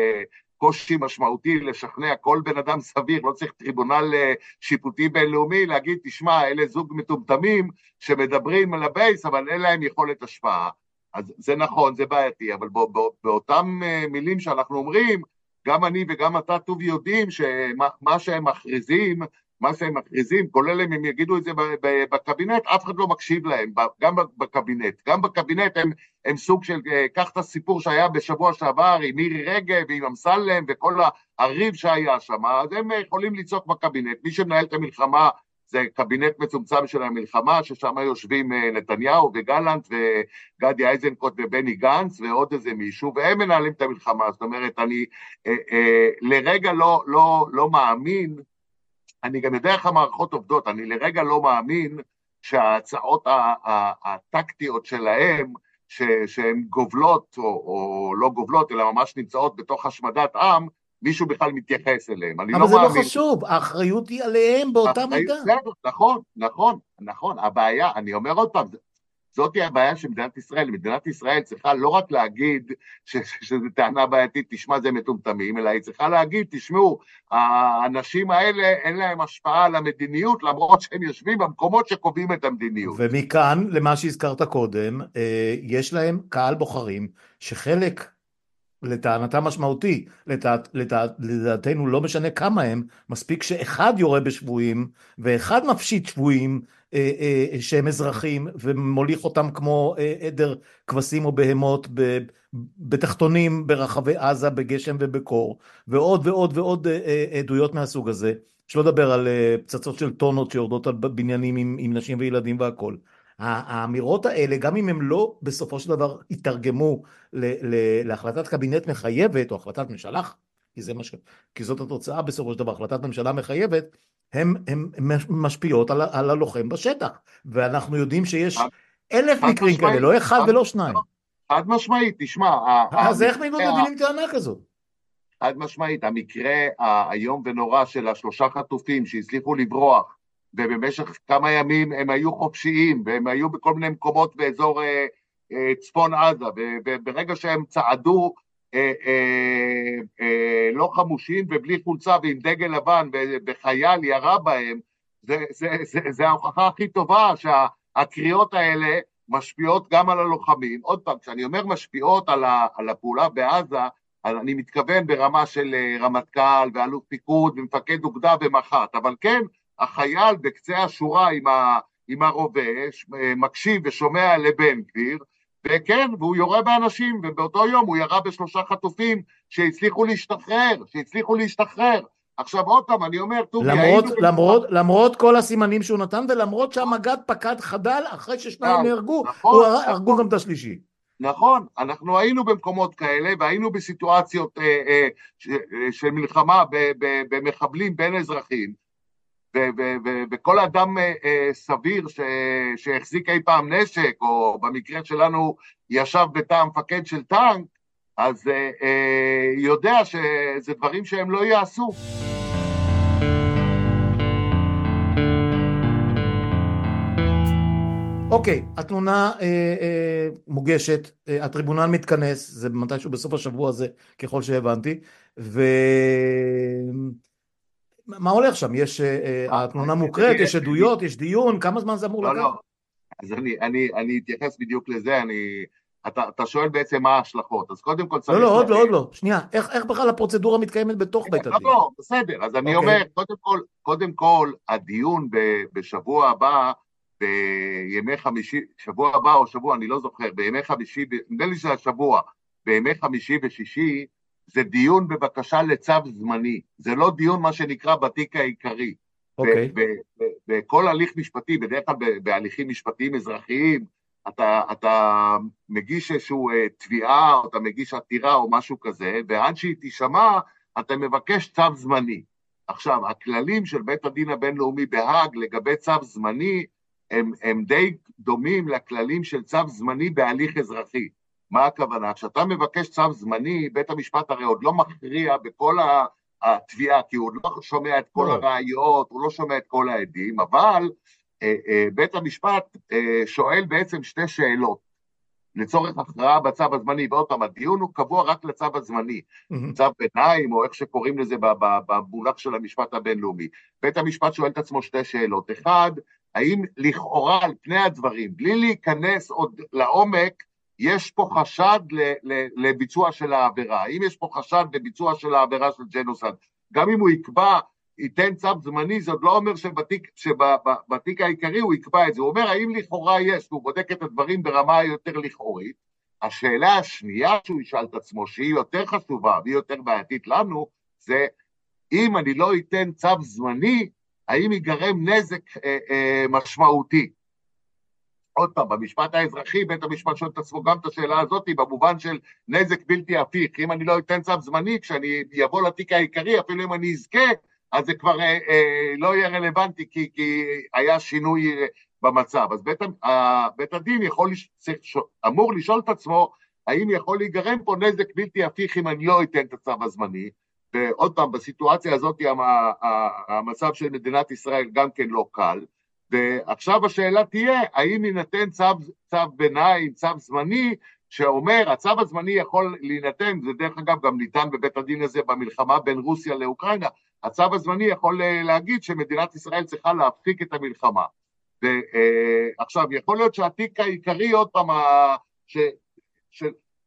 קושי משמעותי לשכנע כל בן אדם סביר, לא צריך טריבונל שיפוטי בינלאומי, להגיד, תשמע, אלה זוג מטומטמים שמדברים על הבייס, אבל אין להם יכולת השפעה. אז זה נכון, זה בעייתי, אבל בא, בא, באותם מילים שאנחנו אומרים, גם אני וגם אתה טוב יודעים שמה שהם מכריזים, מה שהם מכריזים, כולל אם הם יגידו את זה בקבינט, אף אחד לא מקשיב להם, גם בקבינט. גם בקבינט הם, הם סוג של, קח את הסיפור שהיה בשבוע שעבר עם מירי רגב ועם אמסלם וכל הריב שהיה שם, אז הם יכולים לצעוק בקבינט. מי שמנהל את המלחמה זה קבינט מצומצם של המלחמה, ששם יושבים נתניהו וגלנט וגדי איזנקוט ובני גנץ ועוד איזה מישהו, והם מנהלים את המלחמה. זאת אומרת, אני אה, אה, לרגע לא, לא, לא מאמין, אני גם יודע איך המערכות עובדות, אני לרגע לא מאמין שההצעות הטקטיות שלהם, שהן גובלות או, או לא גובלות, אלא ממש נמצאות בתוך השמדת עם, מישהו בכלל מתייחס אליהם. אני אבל לא זה לא מאמין. חשוב, האחריות היא עליהם באותה מידה. בסדר, נכון, נכון, נכון. הבעיה, אני אומר עוד פעם, זאת היא הבעיה של מדינת ישראל. מדינת ישראל צריכה לא רק להגיד ש- שזו טענה בעייתית, תשמע זה מטומטמים, אלא היא צריכה להגיד, תשמעו, האנשים האלה אין להם השפעה על המדיניות, למרות שהם יושבים במקומות שקובעים את המדיניות. ומכאן למה שהזכרת קודם, אה, יש להם קהל בוחרים שחלק לטענתם משמעותי, לטע- לטע- לדעתנו לא משנה כמה הם, מספיק שאחד יורה בשבויים ואחד מפשיט שבויים אה, אה, שהם אזרחים ומוליך אותם כמו אה, עדר כבשים או בהמות ב- בתחתונים ברחבי עזה בגשם ובקור, ועוד ועוד ועוד אה, אה, עדויות מהסוג הזה, שלא לדבר על אה, פצצות של טונות שיורדות על בניינים עם, עם נשים וילדים והכל. האמירות האלה, גם אם הם לא בסופו של דבר יתרגמו ל- ל- להחלטת קבינט מחייבת, או החלטת ממשלה, כי זה מה ש... כי זאת התוצאה בסופו של דבר, החלטת ממשלה מחייבת, הם, הם משפיעות על, ה- על הלוחם בשטח, ואנחנו יודעים חד שיש אלף חד מקרים כאלה, משמעית, לא אחד חד, ולא לא, שניים. חד משמעית, תשמע, ה- אז איך המקרה מתמודדים עם טענה כזאת? חד משמעית, המקרה האיום ונורא של השלושה חטופים שהצליחו לברוח, ובמשך כמה ימים הם היו חופשיים, והם היו בכל מיני מקומות באזור אה, אה, צפון עזה, וברגע שהם צעדו אה, אה, אה, לא חמושים ובלי חולצה ועם דגל לבן, וחייל ירה בהם, זה, זה, זה, זה ההוכחה הכי טובה שהקריאות האלה משפיעות גם על הלוחמים. עוד פעם, כשאני אומר משפיעות על, ה, על הפעולה בעזה, אז אני מתכוון ברמה של רמטכ"ל ואלוף פיקוד ומפקד אוגדה ומח"ט, אבל כן, החייל בקצה השורה עם, ה, עם הרובה, מקשיב ושומע לבן גביר, וכן, והוא יורה באנשים, ובאותו יום הוא ירה בשלושה חטופים שהצליחו להשתחרר, שהצליחו להשתחרר. עכשיו עוד פעם, אני אומר, טובי, למרות, היינו למרות, במקומות... למרות כל הסימנים שהוא נתן, ולמרות שהמג"ד פקד חדל אחרי ששניים די, נהרגו, הוא נכון, הר- הרגו נכון, גם את השלישי. נכון, אנחנו היינו במקומות כאלה, והיינו בסיטואציות אה, אה, ש, אה, של מלחמה ב, ב, במחבלים בין אזרחים, ו, ו, ו, וכל אדם אה, אה, סביר ש, שהחזיק אי פעם נשק, או במקרה שלנו ישב בתא המפקד של טנק, אז אה, אה, יודע שזה דברים שהם לא יעשו. אוקיי, התלונה אה, אה, מוגשת, אה, הטריבונל מתכנס, זה מתישהו בסוף השבוע הזה, ככל שהבנתי, ומה הולך שם? יש, אה, אה, אה, התלונה אני, מוקראת, יש אני, עדויות, יש דיון, כמה זמן זה אמור לא, לקחת? לא, אז אני, אני, אני אתייחס בדיוק לזה, אני, אתה, אתה שואל בעצם מה ההשלכות, אז קודם כל לא, לא, צריך עוד לא, עוד להבין, לא, שנייה, איך, איך בכלל הפרוצדורה מתקיימת בתוך בית לא, הדין? לא, בסדר, אז אני אומר, אוקיי, קודם כל, קודם כל, הדיון ב, בשבוע הבא, בימי חמישי, שבוע הבא או שבוע, אני לא זוכר, בימי חמישי, נדמה לי שזה השבוע, בימי חמישי ושישי, זה דיון בבקשה לצו זמני, זה לא דיון מה שנקרא בתיק העיקרי. אוקיי, בכל הליך משפטי, בדרך כלל בהליכים משפטיים אזרחיים, אתה, אתה מגיש איזשהו אה, תביעה, או אתה מגיש עתירה או משהו כזה, ועד שהיא תישמע, אתה מבקש צו זמני. עכשיו, הכללים של בית הדין הבינלאומי בהאג לגבי צו זמני, הם, הם די דומים לכללים של צו זמני בהליך אזרחי. מה הכוונה? כשאתה מבקש צו זמני, בית המשפט הרי עוד לא מכריע בכל התביעה, כי הוא עוד לא שומע את כל ברור. הראיות, הוא לא שומע את כל העדים, אבל אה, אה, בית המשפט אה, שואל בעצם שתי שאלות, לצורך הכרעה בצו הזמני, ועוד פעם, הדיון הוא קבוע רק לצו הזמני, מהמם. צו ביניים, או איך שקוראים לזה במונח של המשפט הבינלאומי. בית המשפט שואל את עצמו שתי שאלות, אחד, האם לכאורה על פני הדברים, בלי להיכנס עוד לעומק, יש פה חשד ל- ל- לביצוע של העבירה, האם יש פה חשד לביצוע של העבירה של ג'נוסייד, גם אם הוא יקבע, ייתן צו זמני, זה עוד לא אומר שבתיק, שבתיק העיקרי הוא יקבע את זה, הוא אומר האם לכאורה יש, הוא בודק את הדברים ברמה יותר לכאורית. השאלה השנייה שהוא ישאל את עצמו, שהיא יותר חשובה והיא יותר בעייתית לנו, זה אם אני לא אתן צו זמני, האם ייגרם נזק אה, אה, משמעותי. עוד פעם, במשפט האזרחי, בית המשפט שואל את עצמו גם את השאלה הזאת, במובן של נזק בלתי הפיך, אם אני לא אתן צו זמני, כשאני אבוא לתיק העיקרי, אפילו אם אני אזכה, אז זה כבר אה, אה, לא יהיה רלוונטי, כי, כי היה שינוי אה, במצב. אז בית, אה, בית הדין יכול, אמור לשאול את עצמו, האם יכול להיגרם פה נזק בלתי הפיך אם אני לא אתן את הצו הזמני, ועוד פעם, בסיטואציה הזאת, המצב של מדינת ישראל גם כן לא קל, ועכשיו השאלה תהיה, האם יינתן צו, צו ביניים, צו זמני, שאומר, הצו הזמני יכול להינתן, זה דרך אגב גם ניתן בבית הדין הזה במלחמה בין רוסיה לאוקראינה, הצו הזמני יכול להגיד שמדינת ישראל צריכה להפסיק את המלחמה. ועכשיו, יכול להיות שהתיק העיקרי עוד פעם, ש, של,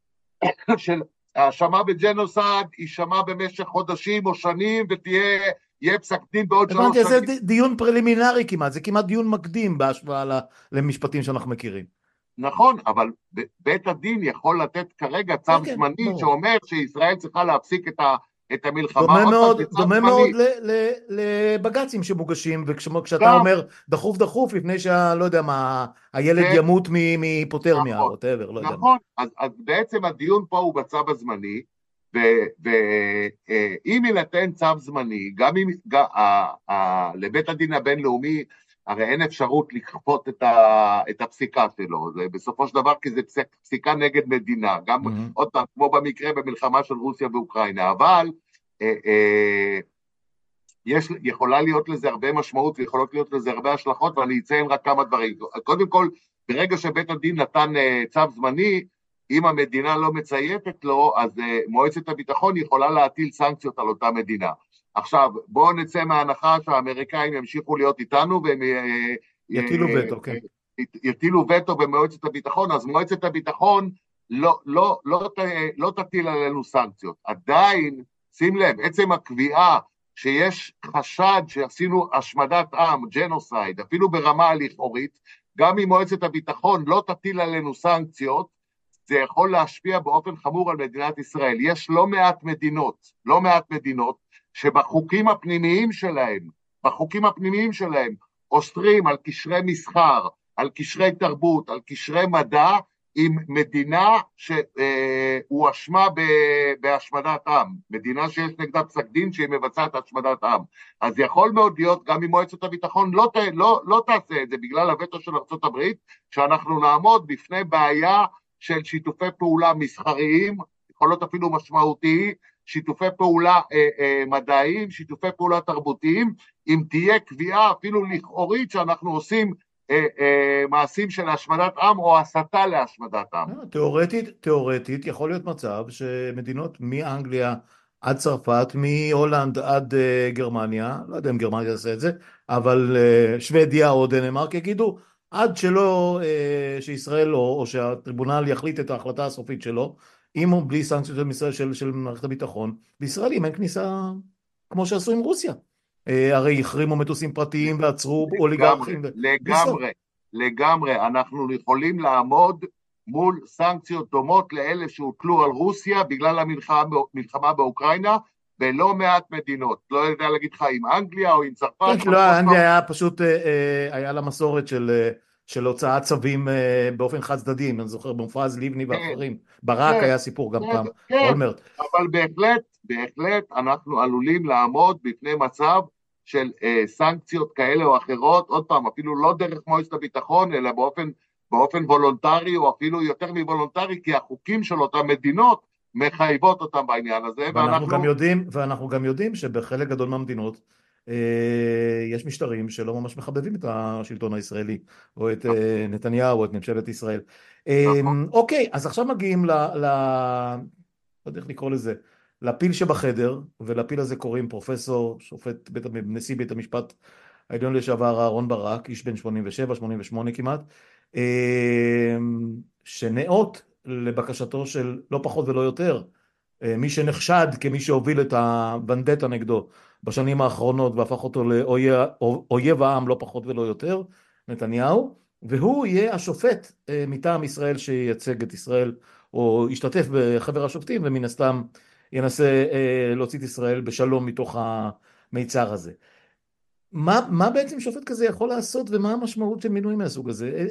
של האשמה בג'נוסייד, יישמע במשך חודשים או שנים, ותהיה... יהיה פסק דין בעוד שלוש הבנתי, זה שנים. דיון פרלימינרי כמעט, זה כמעט דיון מקדים בהשוואה למשפטים שאנחנו מכירים. נכון, אבל בית הדין יכול לתת כרגע צו כן, כן, זמני ברור. שאומר שישראל צריכה להפסיק את, ה, את המלחמה, דומה עוד פעם מאוד, זה צו דומה מאוד זמני. ל- ל- לבג"צים שמוגשים, וכשאתה גם, אומר דחוף דחוף לפני שה... לא יודע מה, הילד זה ימות מ- מהיפותרמיה, נכון, או whatever, לא יודע מה. נכון, אז, אז בעצם הדיון פה הוא בצו הזמני, ואם יינתן צו זמני, גם אם ג, ה, ה, לבית הדין הבינלאומי, הרי אין אפשרות לכפות את, ה, את הפסיקה שלו, זה בסופו של דבר כי זה פסיק, פסיקה נגד מדינה, גם מהמם. עוד פעם, כמו במקרה במלחמה של רוסיה ואוקראינה, אבל אה, אה, יש, יכולה להיות לזה הרבה משמעות, ויכולות להיות לזה הרבה השלכות, ואני אציין רק כמה דברים. קודם כל, ברגע שבית הדין נתן uh, צו זמני, אם המדינה לא מצייתת לו, אז uh, מועצת הביטחון יכולה להטיל סנקציות על אותה מדינה. עכשיו, בואו נצא מההנחה שהאמריקאים ימשיכו להיות איתנו, והם uh, יטילו וטו, כן. יטילו וטו במועצת הביטחון, אז מועצת הביטחון לא, לא, לא, לא, לא תטיל עלינו סנקציות. עדיין, שים לב, עצם הקביעה שיש חשד שעשינו השמדת עם, ג'נוסייד, אפילו ברמה לכאורית, גם אם מועצת הביטחון לא תטיל עלינו סנקציות, זה יכול להשפיע באופן חמור על מדינת ישראל. יש לא מעט מדינות, לא מעט מדינות, שבחוקים הפנימיים שלהם, בחוקים הפנימיים שלהם, אוסרים על קשרי מסחר, על קשרי תרבות, על קשרי מדע, עם מדינה שהואשמה בהשמדת עם, מדינה שיש נגדה פסק דין שהיא מבצעת השמדת עם. אז יכול מאוד להיות, גם אם מועצת הביטחון לא, לא, לא תעשה את זה בגלל הווטו של ארצות הברית, שאנחנו נעמוד בפני בעיה של שיתופי פעולה מסחריים, יכול להיות אפילו משמעותיים, שיתופי פעולה אה, אה, מדעיים, שיתופי פעולה תרבותיים, אם תהיה קביעה אפילו לכאורית שאנחנו עושים אה, אה, מעשים של השמדת עם או הסתה להשמדת עם. תיאורטית, תיאורטית יכול להיות מצב שמדינות מאנגליה עד צרפת, מהולנד עד uh, גרמניה, לא יודע אם גרמניה יעשה את זה, אבל uh, שוודיה או דנמרק יגידו, עד שלא, uh, שישראל או, או שהטריבונל יחליט את ההחלטה הסופית שלו, עם או בלי סנקציות של, ישראל, של, של מערכת הביטחון, בישראלים אין כניסה כמו שעשו עם רוסיה. Uh, הרי החרימו מטוסים פרטיים ועצרו אוליגרכים. לגמרי, לגמרי, אנחנו יכולים לעמוד מול סנקציות דומות לאלה שהוטלו על רוסיה בגלל המלחמה באוקראינה, בלא מעט מדינות. לא יודע להגיד לך עם אנגליה או עם צרפת. כן, לא, אנגליה היה פשוט, היה לה מסורת של, של הוצאת צווים באופן חד צדדי, אני זוכר במופז, ליבני ואחרים. ברק היה סיפור גם פעם, אולמרט. אבל בהחלט, בהחלט אנחנו עלולים לעמוד בפני מצב של סנקציות כאלה או אחרות, עוד פעם, אפילו לא דרך מועצת הביטחון, אלא באופן באופן וולונטרי, או אפילו יותר מוולונטרי, כי החוקים של אותן מדינות מחייבות אותם בעניין הזה. ואנחנו, ואנחנו... גם יודעים, ואנחנו גם יודעים שבחלק גדול מהמדינות אה, יש משטרים שלא ממש מחבבים את השלטון הישראלי, או את אה, נתניהו, או את ממשלת ישראל. אה, אוקיי, אז עכשיו מגיעים ל... ל... לא יודע איך לקרוא לזה, לפיל שבחדר, ולפיל הזה קוראים פרופסור, שופט, בית, נשיא בית המשפט העליון לשעבר אהרן ברק, איש בן שמונים ושבע שמונים ושמונה כמעט, שנאות לבקשתו של לא פחות ולא יותר, מי שנחשד כמי שהוביל את הבנדטה נגדו בשנים האחרונות והפך אותו לאויב העם לא פחות ולא יותר, נתניהו, והוא יהיה השופט מטעם ישראל שייצג את ישראל או ישתתף בחבר השופטים ומן הסתם ינסה להוציא את ישראל בשלום מתוך המיצר הזה. מה, מה בעצם שופט כזה יכול לעשות ומה המשמעות של מינוי מהסוג הזה?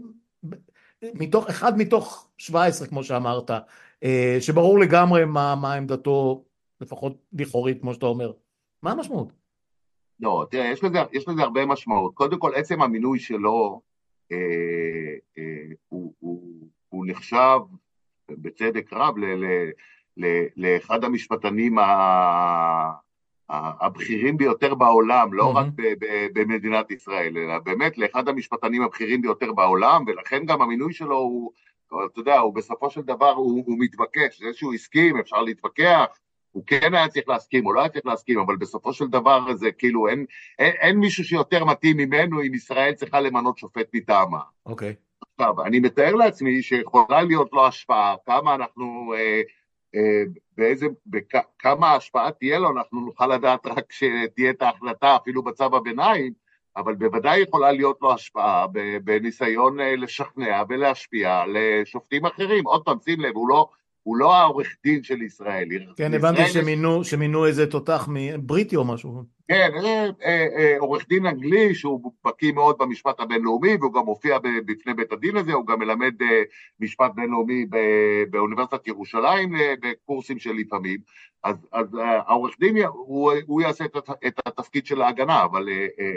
מתוך, אחד מתוך שבע עשרה כמו שאמרת, שברור לגמרי מה, מה עמדתו, לפחות לכאורית כמו שאתה אומר. מה המשמעות? לא, תראה, יש לזה, יש לזה הרבה משמעות. קודם כל, עצם המינוי שלו, אה, אה, הוא, הוא, הוא נחשב בצדק רב ל, ל, ל, לאחד המשפטנים ה... הבכירים ביותר בעולם, לא רק במדינת ישראל, אלא באמת לאחד המשפטנים הבכירים ביותר בעולם, ולכן גם המינוי שלו הוא, אתה יודע, הוא בסופו של דבר הוא, הוא מתבקש, זה שהוא הסכים, אפשר להתווכח, הוא כן היה צריך להסכים, הוא לא היה צריך להסכים, אבל בסופו של דבר זה כאילו, אין, אין, אין מישהו שיותר מתאים ממנו אם ישראל צריכה למנות שופט מטעמה. אוקיי. עכשיו, אני מתאר לעצמי שיכולה להיות לו השפעה, כמה אנחנו... אה, באיזה, בכמה ההשפעה תהיה לו, אנחנו נוכל לדעת רק שתהיה את ההחלטה אפילו בצו הביניים, אבל בוודאי יכולה להיות לו השפעה בניסיון לשכנע ולהשפיע לשופטים אחרים. עוד פעם, שים לב, הוא לא, הוא לא העורך דין של ישראל. כן, הבנתי שמינו, שמינו איזה תותח בריטי או משהו. כן, עורך דין אנגלי שהוא בקיא מאוד במשפט הבינלאומי, והוא גם הופיע בפני בית הדין הזה, הוא גם מלמד משפט בינלאומי באוניברסיטת ירושלים בקורסים של לפעמים, אז, אז העורך דין הוא, הוא יעשה את, את התפקיד של ההגנה, אבל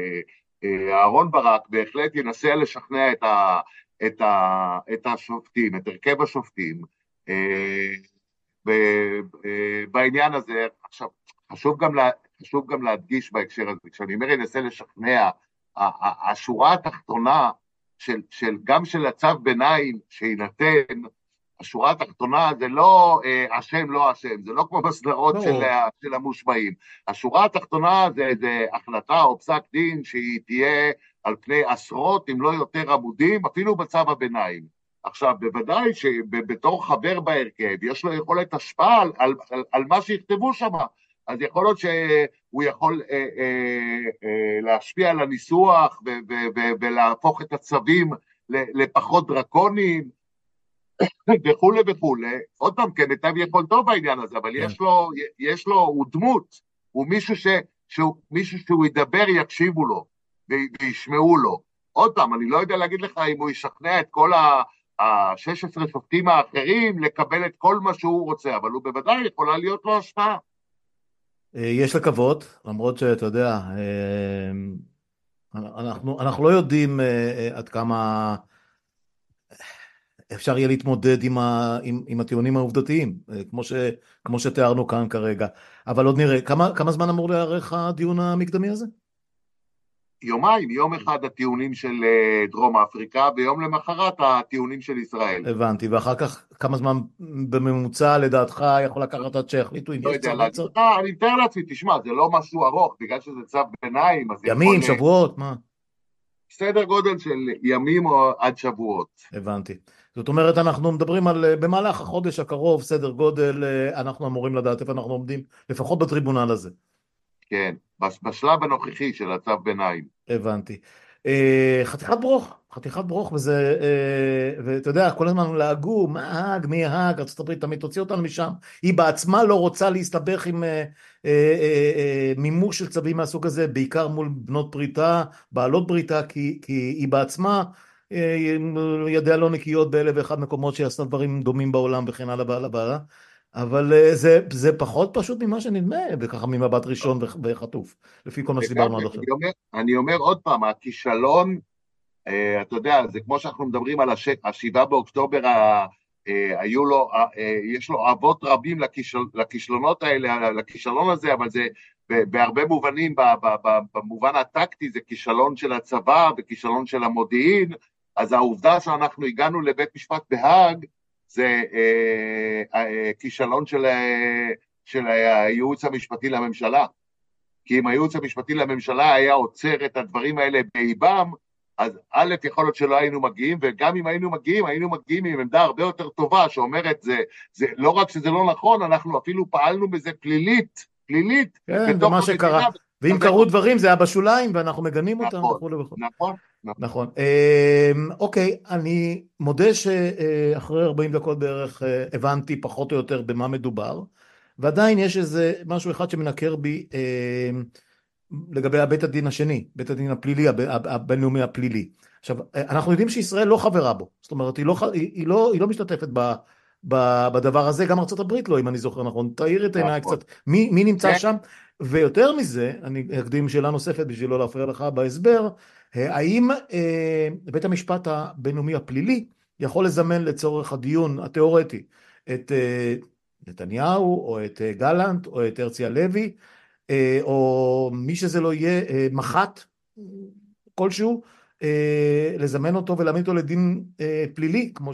אהרן ברק בהחלט ינסה לשכנע את, ה, את, ה, את השופטים, את הרכב השופטים, בעניין הזה. עכשיו, חשוב גם לה, חשוב גם להדגיש בהקשר הזה, כשאני אומר ינסה לשכנע, השורה התחתונה של, של, גם של הצו ביניים שיינתן, השורה התחתונה זה לא אשם לא אשם, זה לא כמו בסדרות של, של המושבעים, השורה התחתונה זה, זה החלטה או פסק דין שהיא תהיה על פני עשרות אם לא יותר עמודים, אפילו בצו הביניים. עכשיו, בוודאי שבתור חבר בהרכב יש לו יכולת השפעה על, על, על, על מה שיכתבו שם, אז יכול להיות שהוא יכול אה, אה, אה, להשפיע על הניסוח ו- ו- ו- ולהפוך את הצווים לפחות דרקוניים וכו' וכו'. עוד פעם, כמיטב יכולתו בעניין הזה, אבל יש לו, יש לו, הוא דמות, הוא מישהו, ש, שהוא, מישהו שהוא ידבר יקשיבו לו, וישמעו לו. עוד פעם, אני לא יודע להגיד לך אם הוא ישכנע את כל ה-שש עשרה שופטים האחרים לקבל את כל מה שהוא רוצה, אבל הוא בוודאי יכולה להיות לו השפעה. יש לקוות, למרות שאתה יודע, אה, אנחנו, אנחנו לא יודעים אה, עד כמה אפשר יהיה להתמודד עם, ה, עם, עם הטיעונים העובדתיים, אה, כמו, ש, כמו שתיארנו כאן כרגע. אבל עוד נראה, כמה, כמה זמן אמור להיערך הדיון המקדמי הזה? יומיים, יום אחד הטיעונים של דרום אפריקה, ויום למחרת הטיעונים של ישראל. הבנתי, ואחר כך כמה זמן בממוצע לדעתך יכול לקחת עד שיחליטו אם לא יש יודע צו אין להגיד צו? לך, אני מתאר לעצמי, תשמע, זה לא משהו ארוך, בגלל שזה צו ביניים, אז זה ימים, יכול שבועות, מה? סדר גודל של ימים או עד שבועות. הבנתי. זאת אומרת, אנחנו מדברים על, במהלך החודש הקרוב, סדר גודל, אנחנו אמורים לדעת איפה אנחנו עומדים, לפחות בטריבונל הזה. כן, בשלב הנוכחי של הצו ביניים. הבנתי. אה, חתיכת ברוך, חתיכת ברוך, וזה, אה, ואתה יודע, כל הזמן לעגו, מה האג, מי האג, ארצות הברית תמיד תוציא אותנו משם. היא בעצמה לא רוצה להסתבך עם אה, אה, אה, אה, מימוש של צווים מהסוג הזה, בעיקר מול בנות בריתה, בעלות בריתה, כי, כי היא בעצמה, אה, ידיה לא נקיות באלף ואחד מקומות שהיא עשתה דברים דומים בעולם וכן הלאה והלאה והלאה. אבל אה, זה, זה פחות פשוט ממה שנדמה, וככה ממבט ראשון וחטוף, לפי כל מה שדיברנו לגמרי, עד עכשיו. אני אומר, אני אומר עוד פעם, הכישלון, אה, אתה יודע, זה כמו שאנחנו מדברים על הש... השבעה באוקטובר, ה... אה, היו לו, אה, אה, יש לו אבות רבים לכישל... לכישלונות האלה, לכישלון הזה, אבל זה בהרבה מובנים, ב... ב... ב... במובן הטקטי, זה כישלון של הצבא וכישלון של המודיעין, אז העובדה שאנחנו הגענו לבית משפט בהאג, זה אה, אה, כישלון של, אה, של הייעוץ המשפטי לממשלה. כי אם הייעוץ המשפטי לממשלה היה עוצר את הדברים האלה באיבם, אז א', יכול להיות שלא היינו מגיעים, וגם אם היינו מגיעים, היינו מגיעים עם עמדה הרבה יותר טובה, שאומרת, זה, זה, לא רק שזה לא נכון, אנחנו אפילו פעלנו בזה פלילית, פלילית, כן, בתוך ומה המדינה. שקרה, ואם קרו דברים זה היה בשוליים, ואנחנו מגנים אותם נכון, וכו' וכו'. נכון, נכון. נכון. אמ, אוקיי, אני מודה שאחרי ארבעים דקות בערך אה, הבנתי פחות או יותר במה מדובר, ועדיין יש איזה משהו אחד שמנקר בי אמ, לגבי בית הדין השני, בית הדין הפלילי, הב- הב- הבינלאומי הפלילי. עכשיו, אנחנו יודעים שישראל לא חברה בו, זאת אומרת, היא לא, ח- היא, היא לא, היא לא משתתפת ב, ב, בדבר הזה, גם ארצות הברית לא, אם אני זוכר נכון. תאיר את עיניי נכון. קצת, מי, מי נמצא כן, שם? ויותר מזה, אני אקדים שאלה נוספת בשביל לא להפריע לך בהסבר, האם אה, בית המשפט הבינלאומי הפלילי יכול לזמן לצורך הדיון התיאורטי את אה, נתניהו, או את אה, גלנט, או את הרצי הלוי, אה, או מי שזה לא יהיה, אה, מח"ט כלשהו, אה, לזמן אותו ולהעמיד אותו לדין אה, פלילי, כמו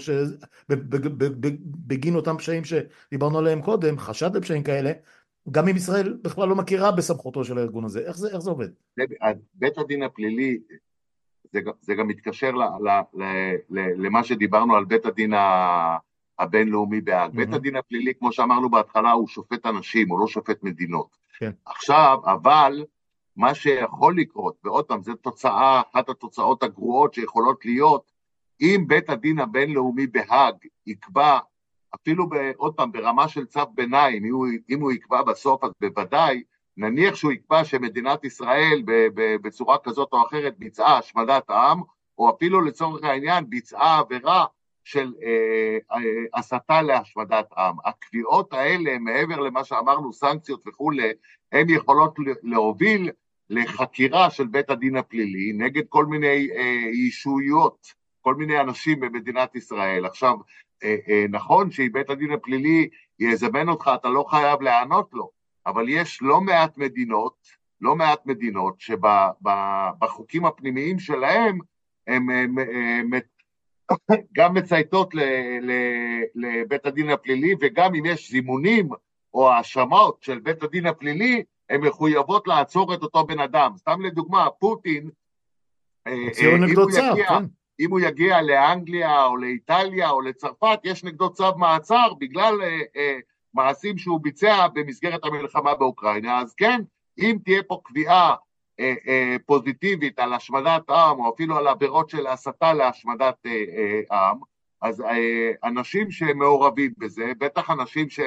שבגין אותם פשעים שדיברנו עליהם קודם, חשד לפשעים כאלה, גם אם ישראל בכלל לא מכירה בסמכותו של הארגון הזה. איך זה, איך זה עובד? בית הדין הפלילי, זה, זה גם מתקשר ל, ל, ל, ל, למה שדיברנו על בית הדין ה, הבינלאומי בהאג. Mm-hmm. בית הדין הפלילי, כמו שאמרנו בהתחלה, הוא שופט אנשים, הוא לא שופט מדינות. כן. עכשיו, אבל מה שיכול לקרות, ועוד פעם, זו תוצאה, אחת התוצאות הגרועות שיכולות להיות, אם בית הדין הבינלאומי בהאג יקבע, אפילו עוד פעם, ברמה של צו ביניים, אם הוא, אם הוא יקבע בסוף, אז בוודאי, נניח שהוא יקבע שמדינת ישראל בצורה כזאת או אחרת ביצעה השמדת העם, או אפילו לצורך העניין ביצעה עבירה של אה, אה, הסתה להשמדת עם. הקביעות האלה, מעבר למה שאמרנו, סנקציות וכו', הן יכולות להוביל לחקירה של בית הדין הפלילי נגד כל מיני אה, אישויות, כל מיני אנשים במדינת ישראל. עכשיו, אה, אה, נכון שבית הדין הפלילי יזמן אותך, אתה לא חייב לענות לו, אבל יש לא מעט מדינות, לא מעט מדינות שבחוקים הפנימיים שלהם הם, הם, הם גם מצייתות לבית הדין הפלילי, וגם אם יש זימונים או האשמות של בית הדין הפלילי, הן מחויבות לעצור את אותו בן אדם. סתם לדוגמה, פוטין, הוציאו נגדו צו, כן. אם הוא יגיע לאנגליה או לאיטליה או לצרפת, יש נגדו צו מעצר בגלל מעשים שהוא ביצע במסגרת המלחמה באוקראינה. אז כן, אם תהיה פה קביעה אה, אה, פוזיטיבית על השמדת עם, או אפילו על עבירות של הסתה להשמדת אה, אה, עם, אז אה, אנשים שמעורבים בזה, בטח אנשים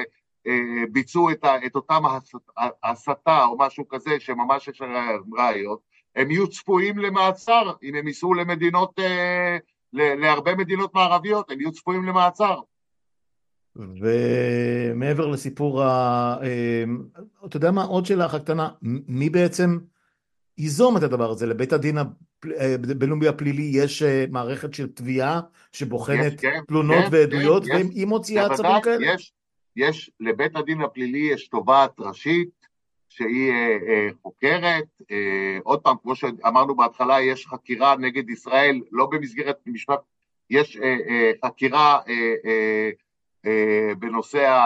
ביצעו את, ה, את אותם הסתה או משהו כזה, שממש יש ראיות, הם יהיו צפויים למעצר, אם הם ייסעו למדינות, להרבה מדינות מערביות, הם יהיו צפויים למעצר. ומעבר לסיפור, ה... אתה יודע מה, עוד שאלה אחת קטנה, מי בעצם ייזום את הדבר הזה? לבית הדין הבינלאומי הפלילי יש מערכת של תביעה יש, שבוחנת כן, תלונות כן, כן, ועדויות, יש, והיא מוציאה צווים בוודאי, כאלה? יש, יש, לבית הדין הפלילי יש תובעת ראשית, שהיא אה, אה, חוקרת, אה, עוד פעם, כמו שאמרנו בהתחלה, יש חקירה נגד ישראל, לא במסגרת משפט, יש אה, אה, חקירה אה, אה, אה, בנושא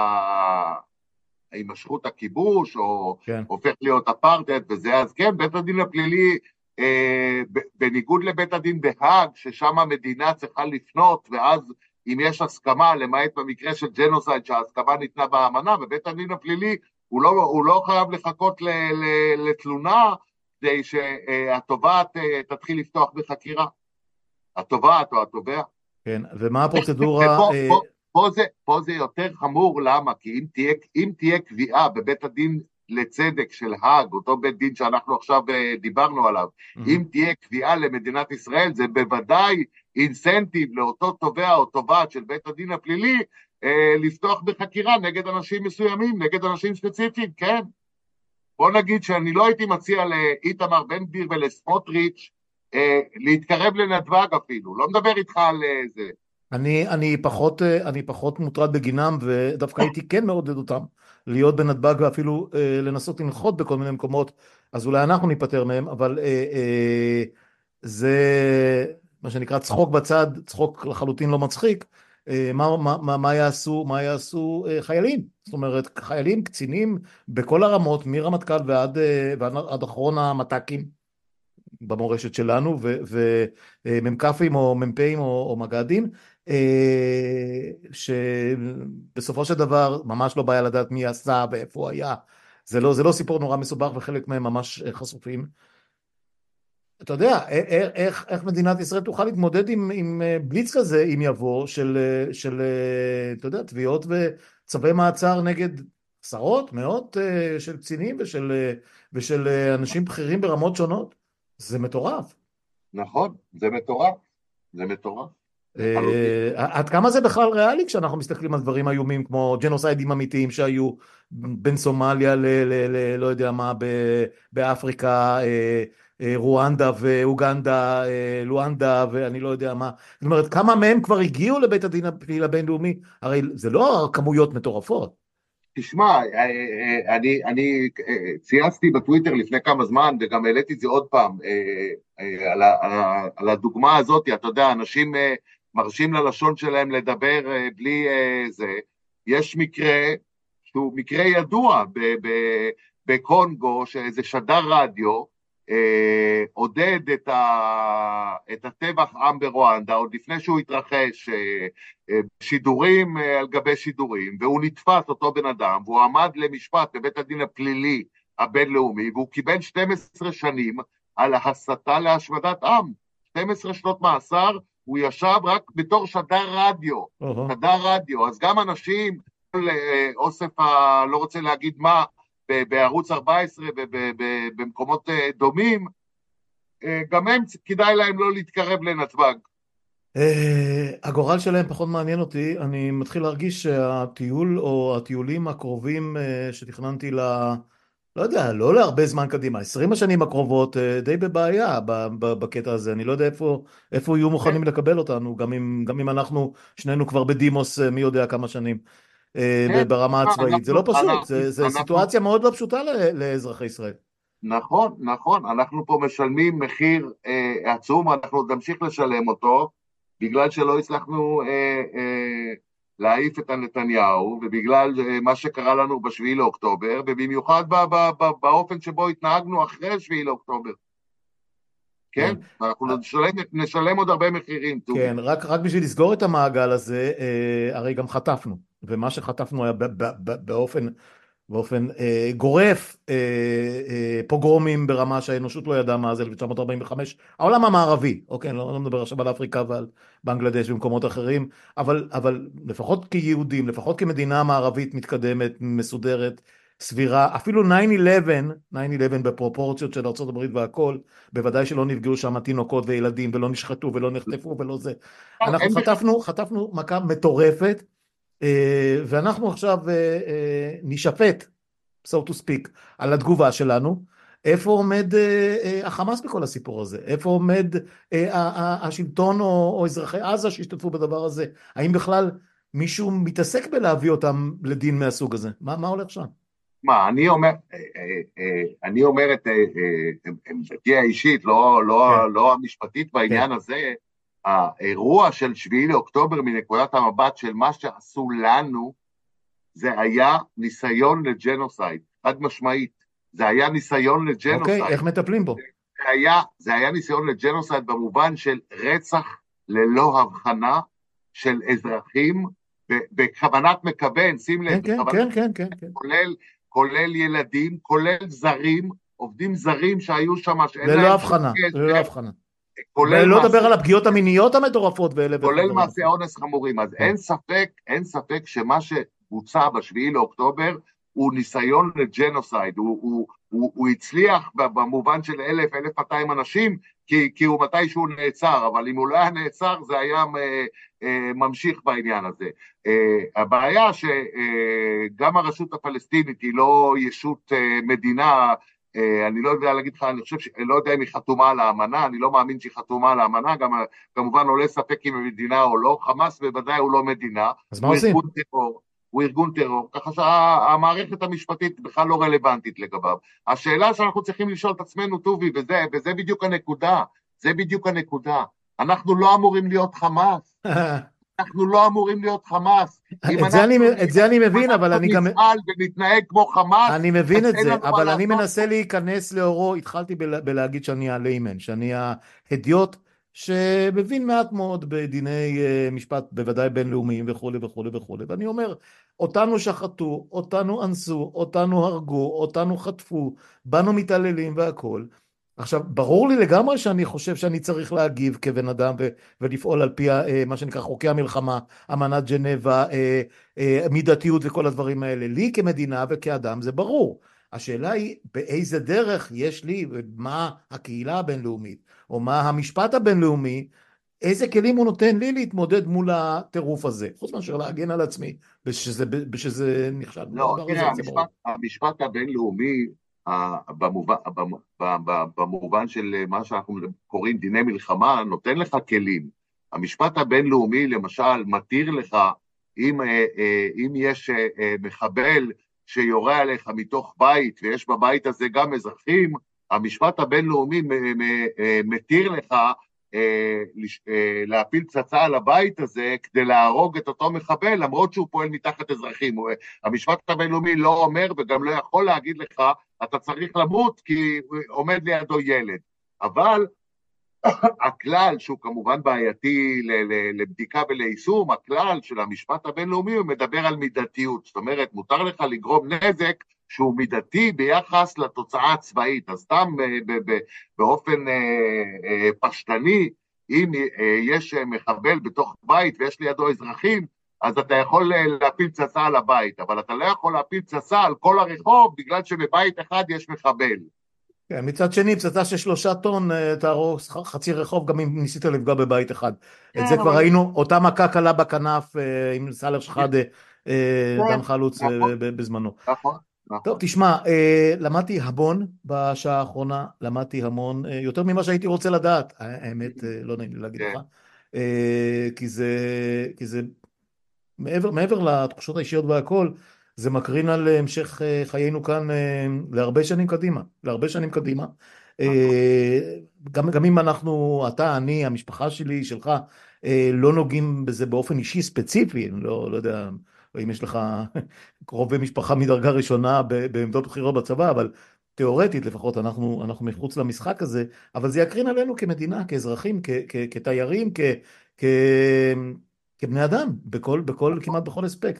הימשכות הכיבוש, או כן. הופך להיות אפרטהייד וזה, אז כן, בית הדין הפלילי, אה, בניגוד לבית הדין בהאג, ששם המדינה צריכה לפנות, ואז אם יש הסכמה, למעט במקרה של ג'נוסייד, שההסכמה ניתנה באמנה, בבית הדין הפלילי, הוא לא, הוא לא חייב לחכות ל, ל, לתלונה, כדי שהתובעת תתחיל לפתוח בחקירה. התובעת או התובע. כן, ומה הפרוצדורה? ופה, פה, פה, זה, פה זה יותר חמור, למה? כי אם תהיה, אם תהיה קביעה בבית הדין לצדק של האג, אותו בית דין שאנחנו עכשיו דיברנו עליו, mm-hmm. אם תהיה קביעה למדינת ישראל, זה בוודאי אינסנטיב לאותו תובע או תובעת של בית הדין הפלילי, אה, לפתוח בחקירה נגד אנשים מסוימים, נגד אנשים ספציפיים, כן. בוא נגיד שאני לא הייתי מציע לאיתמר בן גביר ולסמוטריץ' אה, להתקרב לנתב"ג אפילו, לא מדבר איתך על זה. אני, אני פחות, אני פחות מוטרד בגינם, ודווקא הייתי כן מעודד אותם להיות בנתב"ג ואפילו אה, לנסות לנחות בכל מיני מקומות, אז אולי אנחנו ניפטר מהם, אבל אה, אה, זה מה שנקרא צחוק בצד, צחוק לחלוטין לא מצחיק. אה, מה, מה, מה, מה יעשו, מה יעשו אה, חיילים? זאת אומרת, חיילים, קצינים, בכל הרמות, מרמטכ"ל ועד, אה, ועד עד אחרון המת"קים במורשת שלנו, ומ"כים או מ"פים או, או מג"דים, שבסופו של דבר ממש לא בעיה לדעת מי עשה ואיפה הוא היה. זה לא, זה לא סיפור נורא מסובך, וחלק מהם ממש חשופים. אתה יודע, איך, איך מדינת ישראל תוכל להתמודד עם, עם בליץ כזה, אם יבוא, של, של, אתה יודע, תביעות וצווי מעצר נגד עשרות, מאות של קצינים ושל, ושל אנשים בכירים ברמות שונות? זה מטורף. נכון, זה מטורף, זה מטורף. עד כמה זה בכלל ריאלי כשאנחנו מסתכלים על דברים איומים כמו ג'נוסיידים אמיתיים שהיו בין סומליה ל... לא יודע מה, באפריקה, רואנדה ואוגנדה, לואנדה ואני לא יודע מה. זאת אומרת, כמה מהם כבר הגיעו לבית הדין הפלילי הבינלאומי? הרי זה לא כמויות מטורפות. תשמע, אני, אני צייצתי בטוויטר לפני כמה זמן, וגם העליתי את זה עוד פעם, על, על, על הדוגמה הזאת, אתה יודע, אנשים מרשים ללשון שלהם לדבר בלי זה. יש מקרה, שהוא מקרה ידוע בקונגו, שאיזה שדר רדיו, עודד את, ה, את הטבח עם ברואנדה, עוד לפני שהוא התרחש, שידורים על גבי שידורים, והוא נתפס אותו בן אדם, והוא עמד למשפט בבית הדין הפלילי הבינלאומי, והוא קיבל שתים עשרה שנים על ההסתה להשמדת עם. שתים עשרה שנות מאסר, הוא ישב רק בתור שדר רדיו, uh-huh. שדר רדיו, אז גם אנשים, אוסף, ה, לא רוצה להגיד מה, בערוץ ארבע עשרה, במקומות דומים, גם הם כדאי להם לא להתקרב לנתב"ג. הגורל שלהם פחות מעניין אותי, אני מתחיל להרגיש שהטיול או הטיולים הקרובים שתכננתי ל... לא יודע, לא להרבה זמן קדימה, עשרים השנים הקרובות די בבעיה בקטע הזה, אני לא יודע איפה, איפה יהיו מוכנים לקבל אותנו, גם אם, גם אם אנחנו שנינו כבר בדימוס מי יודע כמה שנים. ברמה הצבאית, זה לא פשוט, זה סיטואציה מאוד לא פשוטה לאזרחי ישראל. נכון, נכון, אנחנו פה משלמים מחיר עצום, אנחנו עוד נמשיך לשלם אותו, בגלל שלא הצלחנו להעיף את נתניהו, ובגלל מה שקרה לנו בשביעי לאוקטובר, ובמיוחד באופן שבו התנהגנו אחרי שביעי לאוקטובר. כן? אנחנו נשלם עוד הרבה מחירים. כן, רק בשביל לסגור את המעגל הזה, הרי גם חטפנו. ומה שחטפנו היה באופן באופן אה, גורף, אה, אה, פוגרומים ברמה שהאנושות לא ידעה מאז אלף תשע מאות ארבעים וחמש, העולם המערבי, אוקיי, לא, לא מדבר עכשיו על אפריקה ועל בנגלדש ומקומות אחרים, אבל, אבל לפחות כיהודים, לפחות כמדינה מערבית מתקדמת, מסודרת, סבירה, אפילו תשע אחת עשרה, תשע אחת עשרה בפרופורציות של ארצות הברית והכל, בוודאי שלא נפגעו שם תינוקות וילדים ולא נשחטו ולא נחטפו ולא זה. אנחנו אין בכלל. חטפנו, חטפנו מכה מטורפת, אה, ואנחנו עכשיו אה, אה, נשפט, so to speak, על התגובה שלנו. איפה עומד אה, אה, החמאס בכל הסיפור הזה? איפה עומד אה, ה- ה- השלטון או, או אזרחי עזה שהשתתפו בדבר הזה? האם בכלל מישהו מתעסק בלהביא אותם לדין מהסוג הזה? מה, מה הולך שם? מה, אני אומר, אה, אה, אה, אני אומר את אה, אה, עמדתי האישית, לא, כן, לא, לא המשפטית כן. בעניין הזה. האירוע של שביעי לאוקטובר מנקודת המבט של מה שעשו לנו, זה היה ניסיון לג'נוסייד, חד משמעית. זה היה ניסיון אוקיי, איך לג'נוסייד. מטפלים בו? זה היה, זה היה ניסיון לג'נוסייד במובן של רצח ללא הבחנה של אזרחים, ב- בכוונת מכוון, שים כן, לב, כן, בכוונת, כן, כן, כן, כן. כולל, כולל ילדים, כולל זרים, עובדים זרים שהיו שם, שאין ללא להם שום הבחנה, ללא קשר, הבחנה. כולל ולא לדבר מעשי, על הפגיעות המיניות המטורפות ואלף ואחד כולל דברים מעשי אחרים. אונס חמורים. אז כן. אין ספק, אין ספק שמה שבוצע בשביעי לאוקטובר הוא ניסיון לג'נוסייד. הוא, הוא, הוא, הוא הצליח במובן של אלף, אלף מאתיים אנשים, כי, כי הוא מתישהו נעצר, אבל אם הוא לא היה נעצר זה היה אה, אה, ממשיך בעניין הזה. אה, הבעיה שגם הרשות הפלסטינית היא לא ישות אה, מדינה, אה, אני לא יודע להגיד לך, אני חושב, ש- לא יודע אם היא חתומה על האמנה, אני לא מאמין שהיא חתומה על האמנה, גם כמובן עולה ספק אם היא מדינה או לא. חמאס בוודאי הוא לא מדינה, אז מה הוא עושים? ארגון טרור, הוא ארגון טרור, ככה שהמערכת המשפטית בכלל לא רלוונטית לגביו. השאלה שאנחנו צריכים לשאול את עצמנו, טובי, וזה, וזה בדיוק הנקודה, זה בדיוק הנקודה, אנחנו לא אמורים להיות חמאס, אנחנו לא אמורים להיות חמאס. אם את זה אני, אנחנו את נהיה, זה אני אם מבין, אבל אנחנו אני גם, נפעל ונתנהג כמו חמאס, אני מבין אז את אין זה, לנו מה אבל אני לעשות מנסה פה. להיכנס לאורו, התחלתי בל, בלהגיד שאני הליימן, שאני ההדיוט שמבין מעט מאוד בדיני אה, משפט, בוודאי בינלאומיים וכו' וכו' וכו', ואני אומר, אותנו שחטו, אותנו אנסו, אותנו הרגו, אותנו חטפו, בנו מתעללים והכל. עכשיו, ברור לי לגמרי שאני חושב שאני צריך להגיב כבן אדם ו- ולפעול על פי ה- אה, מה שנקרא חוקי המלחמה, אמנת ג'נבה, אה, אה, מידתיות וכל הדברים האלה. לי כמדינה וכאדם זה ברור. השאלה היא באיזה דרך יש לי, מה הקהילה הבינלאומית, או מה המשפט הבינלאומי, איזה כלים הוא נותן לי להתמודד מול הטירוף הזה, חוץ מאשר להגן על עצמי, בשזה, בשזה נכשל לא, בדבר הזה, תראה, זה המשפט, ברור. המשפט הבינלאומי, ה- במובן, במ- ב- ב- במובן של מה שאנחנו קוראים דיני מלחמה, נותן לך כלים. המשפט הבינלאומי, למשל, מתיר לך, אם, אה, אה, אם יש אה, אה, מחבל שיורה עליך מתוך בית, ויש בבית הזה גם אזרחים, המשפט הבינלאומי מ- מ- אה, מתיר לך אה, לש- אה, להפיל פצצה על הבית הזה כדי להרוג את אותו מחבל, למרות שהוא פועל מתחת אזרחים. הוא- המשפט הבינלאומי לא אומר וגם לא יכול להגיד לך, אתה צריך למות כי עומד לידו ילד. אבל הכלל, שהוא כמובן בעייתי ל- ל- לבדיקה וליישום, הכלל של המשפט הבינלאומי הוא מדבר על מידתיות. זאת אומרת, מותר לך לגרום נזק שהוא מידתי ביחס לתוצאה הצבאית. אז סתם אה, ב- ב- באופן אה, אה, פשטני, אם אה, יש מחבל בתוך בית ויש לידו אזרחים, אז אתה יכול אה, להפיל פצצה על הבית, אבל אתה לא יכול להפיל פצצה על כל הרחוב בגלל שבבית אחד יש מחבל. כן, מצד שני, פצצה של שלושה טון אה, תהרוג חצי רחוב גם אם ניסית לפגוע בבית אחד. את זה כן, כבר אבל... ראינו, אותה מכה קלה בכנף אה, עם סאלח שחאדה, אה, כן, דן חלוץ אה, נכון, ב- בזמנו. נכון, טוב, נכון. תשמע, אה, למדתי המון בשעה האחרונה, למדתי המון, אה, יותר ממה שהייתי רוצה לדעת, האמת, אה, לא נעים לי להגיד כן. לך, אה, כי זה, כי זה מעבר, מעבר לתחושות האישיות והכל, זה מקרין על המשך אה, חיינו כאן אה, להרבה שנים קדימה, להרבה שנים קדימה. נכון. אה, גם, גם אם אנחנו, אתה, אני, המשפחה שלי, שלך, אה, לא נוגעים בזה באופן אישי ספציפי, אני לא, לא יודע אם יש לך קרובי משפחה מדרגה ראשונה ב- בעמדות בכירות בצבא, אבל תיאורטית לפחות אנחנו, אנחנו מחוץ למשחק הזה, אבל זה יקרין עלינו כמדינה, כאזרחים, כ, כ, כתיירים, כ, כ, כבני אדם, בכל, בכל, כמעט בכל אספקט.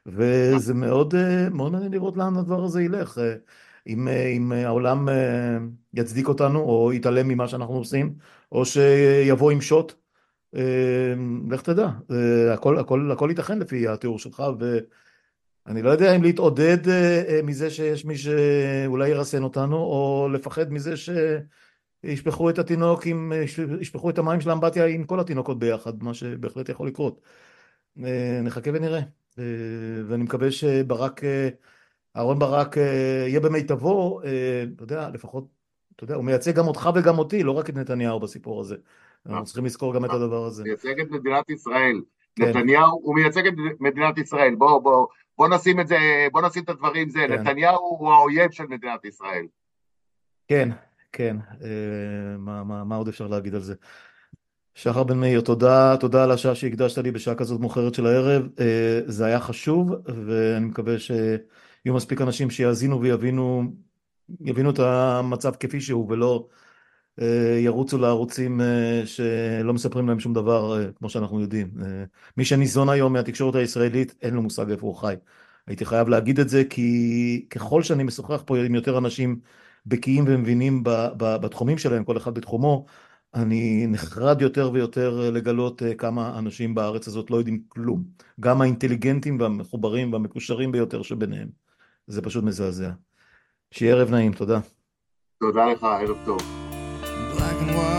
וזה מאוד, אה, מאוד מעניין לראות לאן הדבר הזה ילך. אה, אם, אה, אם אה, העולם אה, יצדיק אותנו, או יתעלם ממה שאנחנו עושים, או שיבוא עם שוט, אה, לך תדע. אה, הכל, הכל, הכל ייתכן לפי התיאור שלך, ואני לא יודע אם להתעודד אה, אה, מזה שיש מי שאולי ירסן אותנו, או לפחד מזה שישפכו את התינוק עם, ישפכו את המים של האמבטיה עם כל התינוקות ביחד, מה שבהחלט יכול לקרות. אה, נחכה ונראה. אה, ואני מקווה שברק, אה, אהרון ברק, אה, יהיה במיטבו, אה, אתה יודע, לפחות, אתה יודע, הוא מייצג גם אותך וגם אותי, לא רק את נתניהו בסיפור הזה. אנחנו צריכים לזכור גם את הדבר הזה. מייצג את מדינת ישראל. כן, נתניהו, הוא מייצג את מדינת ישראל. בוא, בוא, בוא נשים את זה, בוא נשים את הדברים זה. כן, נתניהו הוא האויב של מדינת ישראל. כן, כן. אה, מה, מה, מה עוד אפשר להגיד על זה? שחר בן מאיר, תודה, תודה על השעה שהקדשת לי בשעה כזאת מאוחרת של הערב. אה, זה היה חשוב, ואני מקווה שיהיו מספיק אנשים שיאזינו ויבינו, יבינו את המצב כפי שהוא, ולא אה, ירוצו לערוצים אה, שלא מספרים להם שום דבר, אה, כמו שאנחנו יודעים. אה, מי שניזון היום מהתקשורת הישראלית, אין לו מושג איפה הוא חי. הייתי חייב להגיד את זה, כי ככל שאני משוחח פה עם יותר אנשים בקיאים ומבינים ב- ב- בתחומים שלהם, כל אחד בתחומו, אני נחרד יותר ויותר לגלות אה, כמה אנשים בארץ הזאת לא יודעים כלום. גם האינטליגנטים והמחוברים והמקושרים ביותר שביניהם. זה פשוט מזעזע. שיהיה ערב נעים, תודה. תודה לך, ערב טוב. Black and white.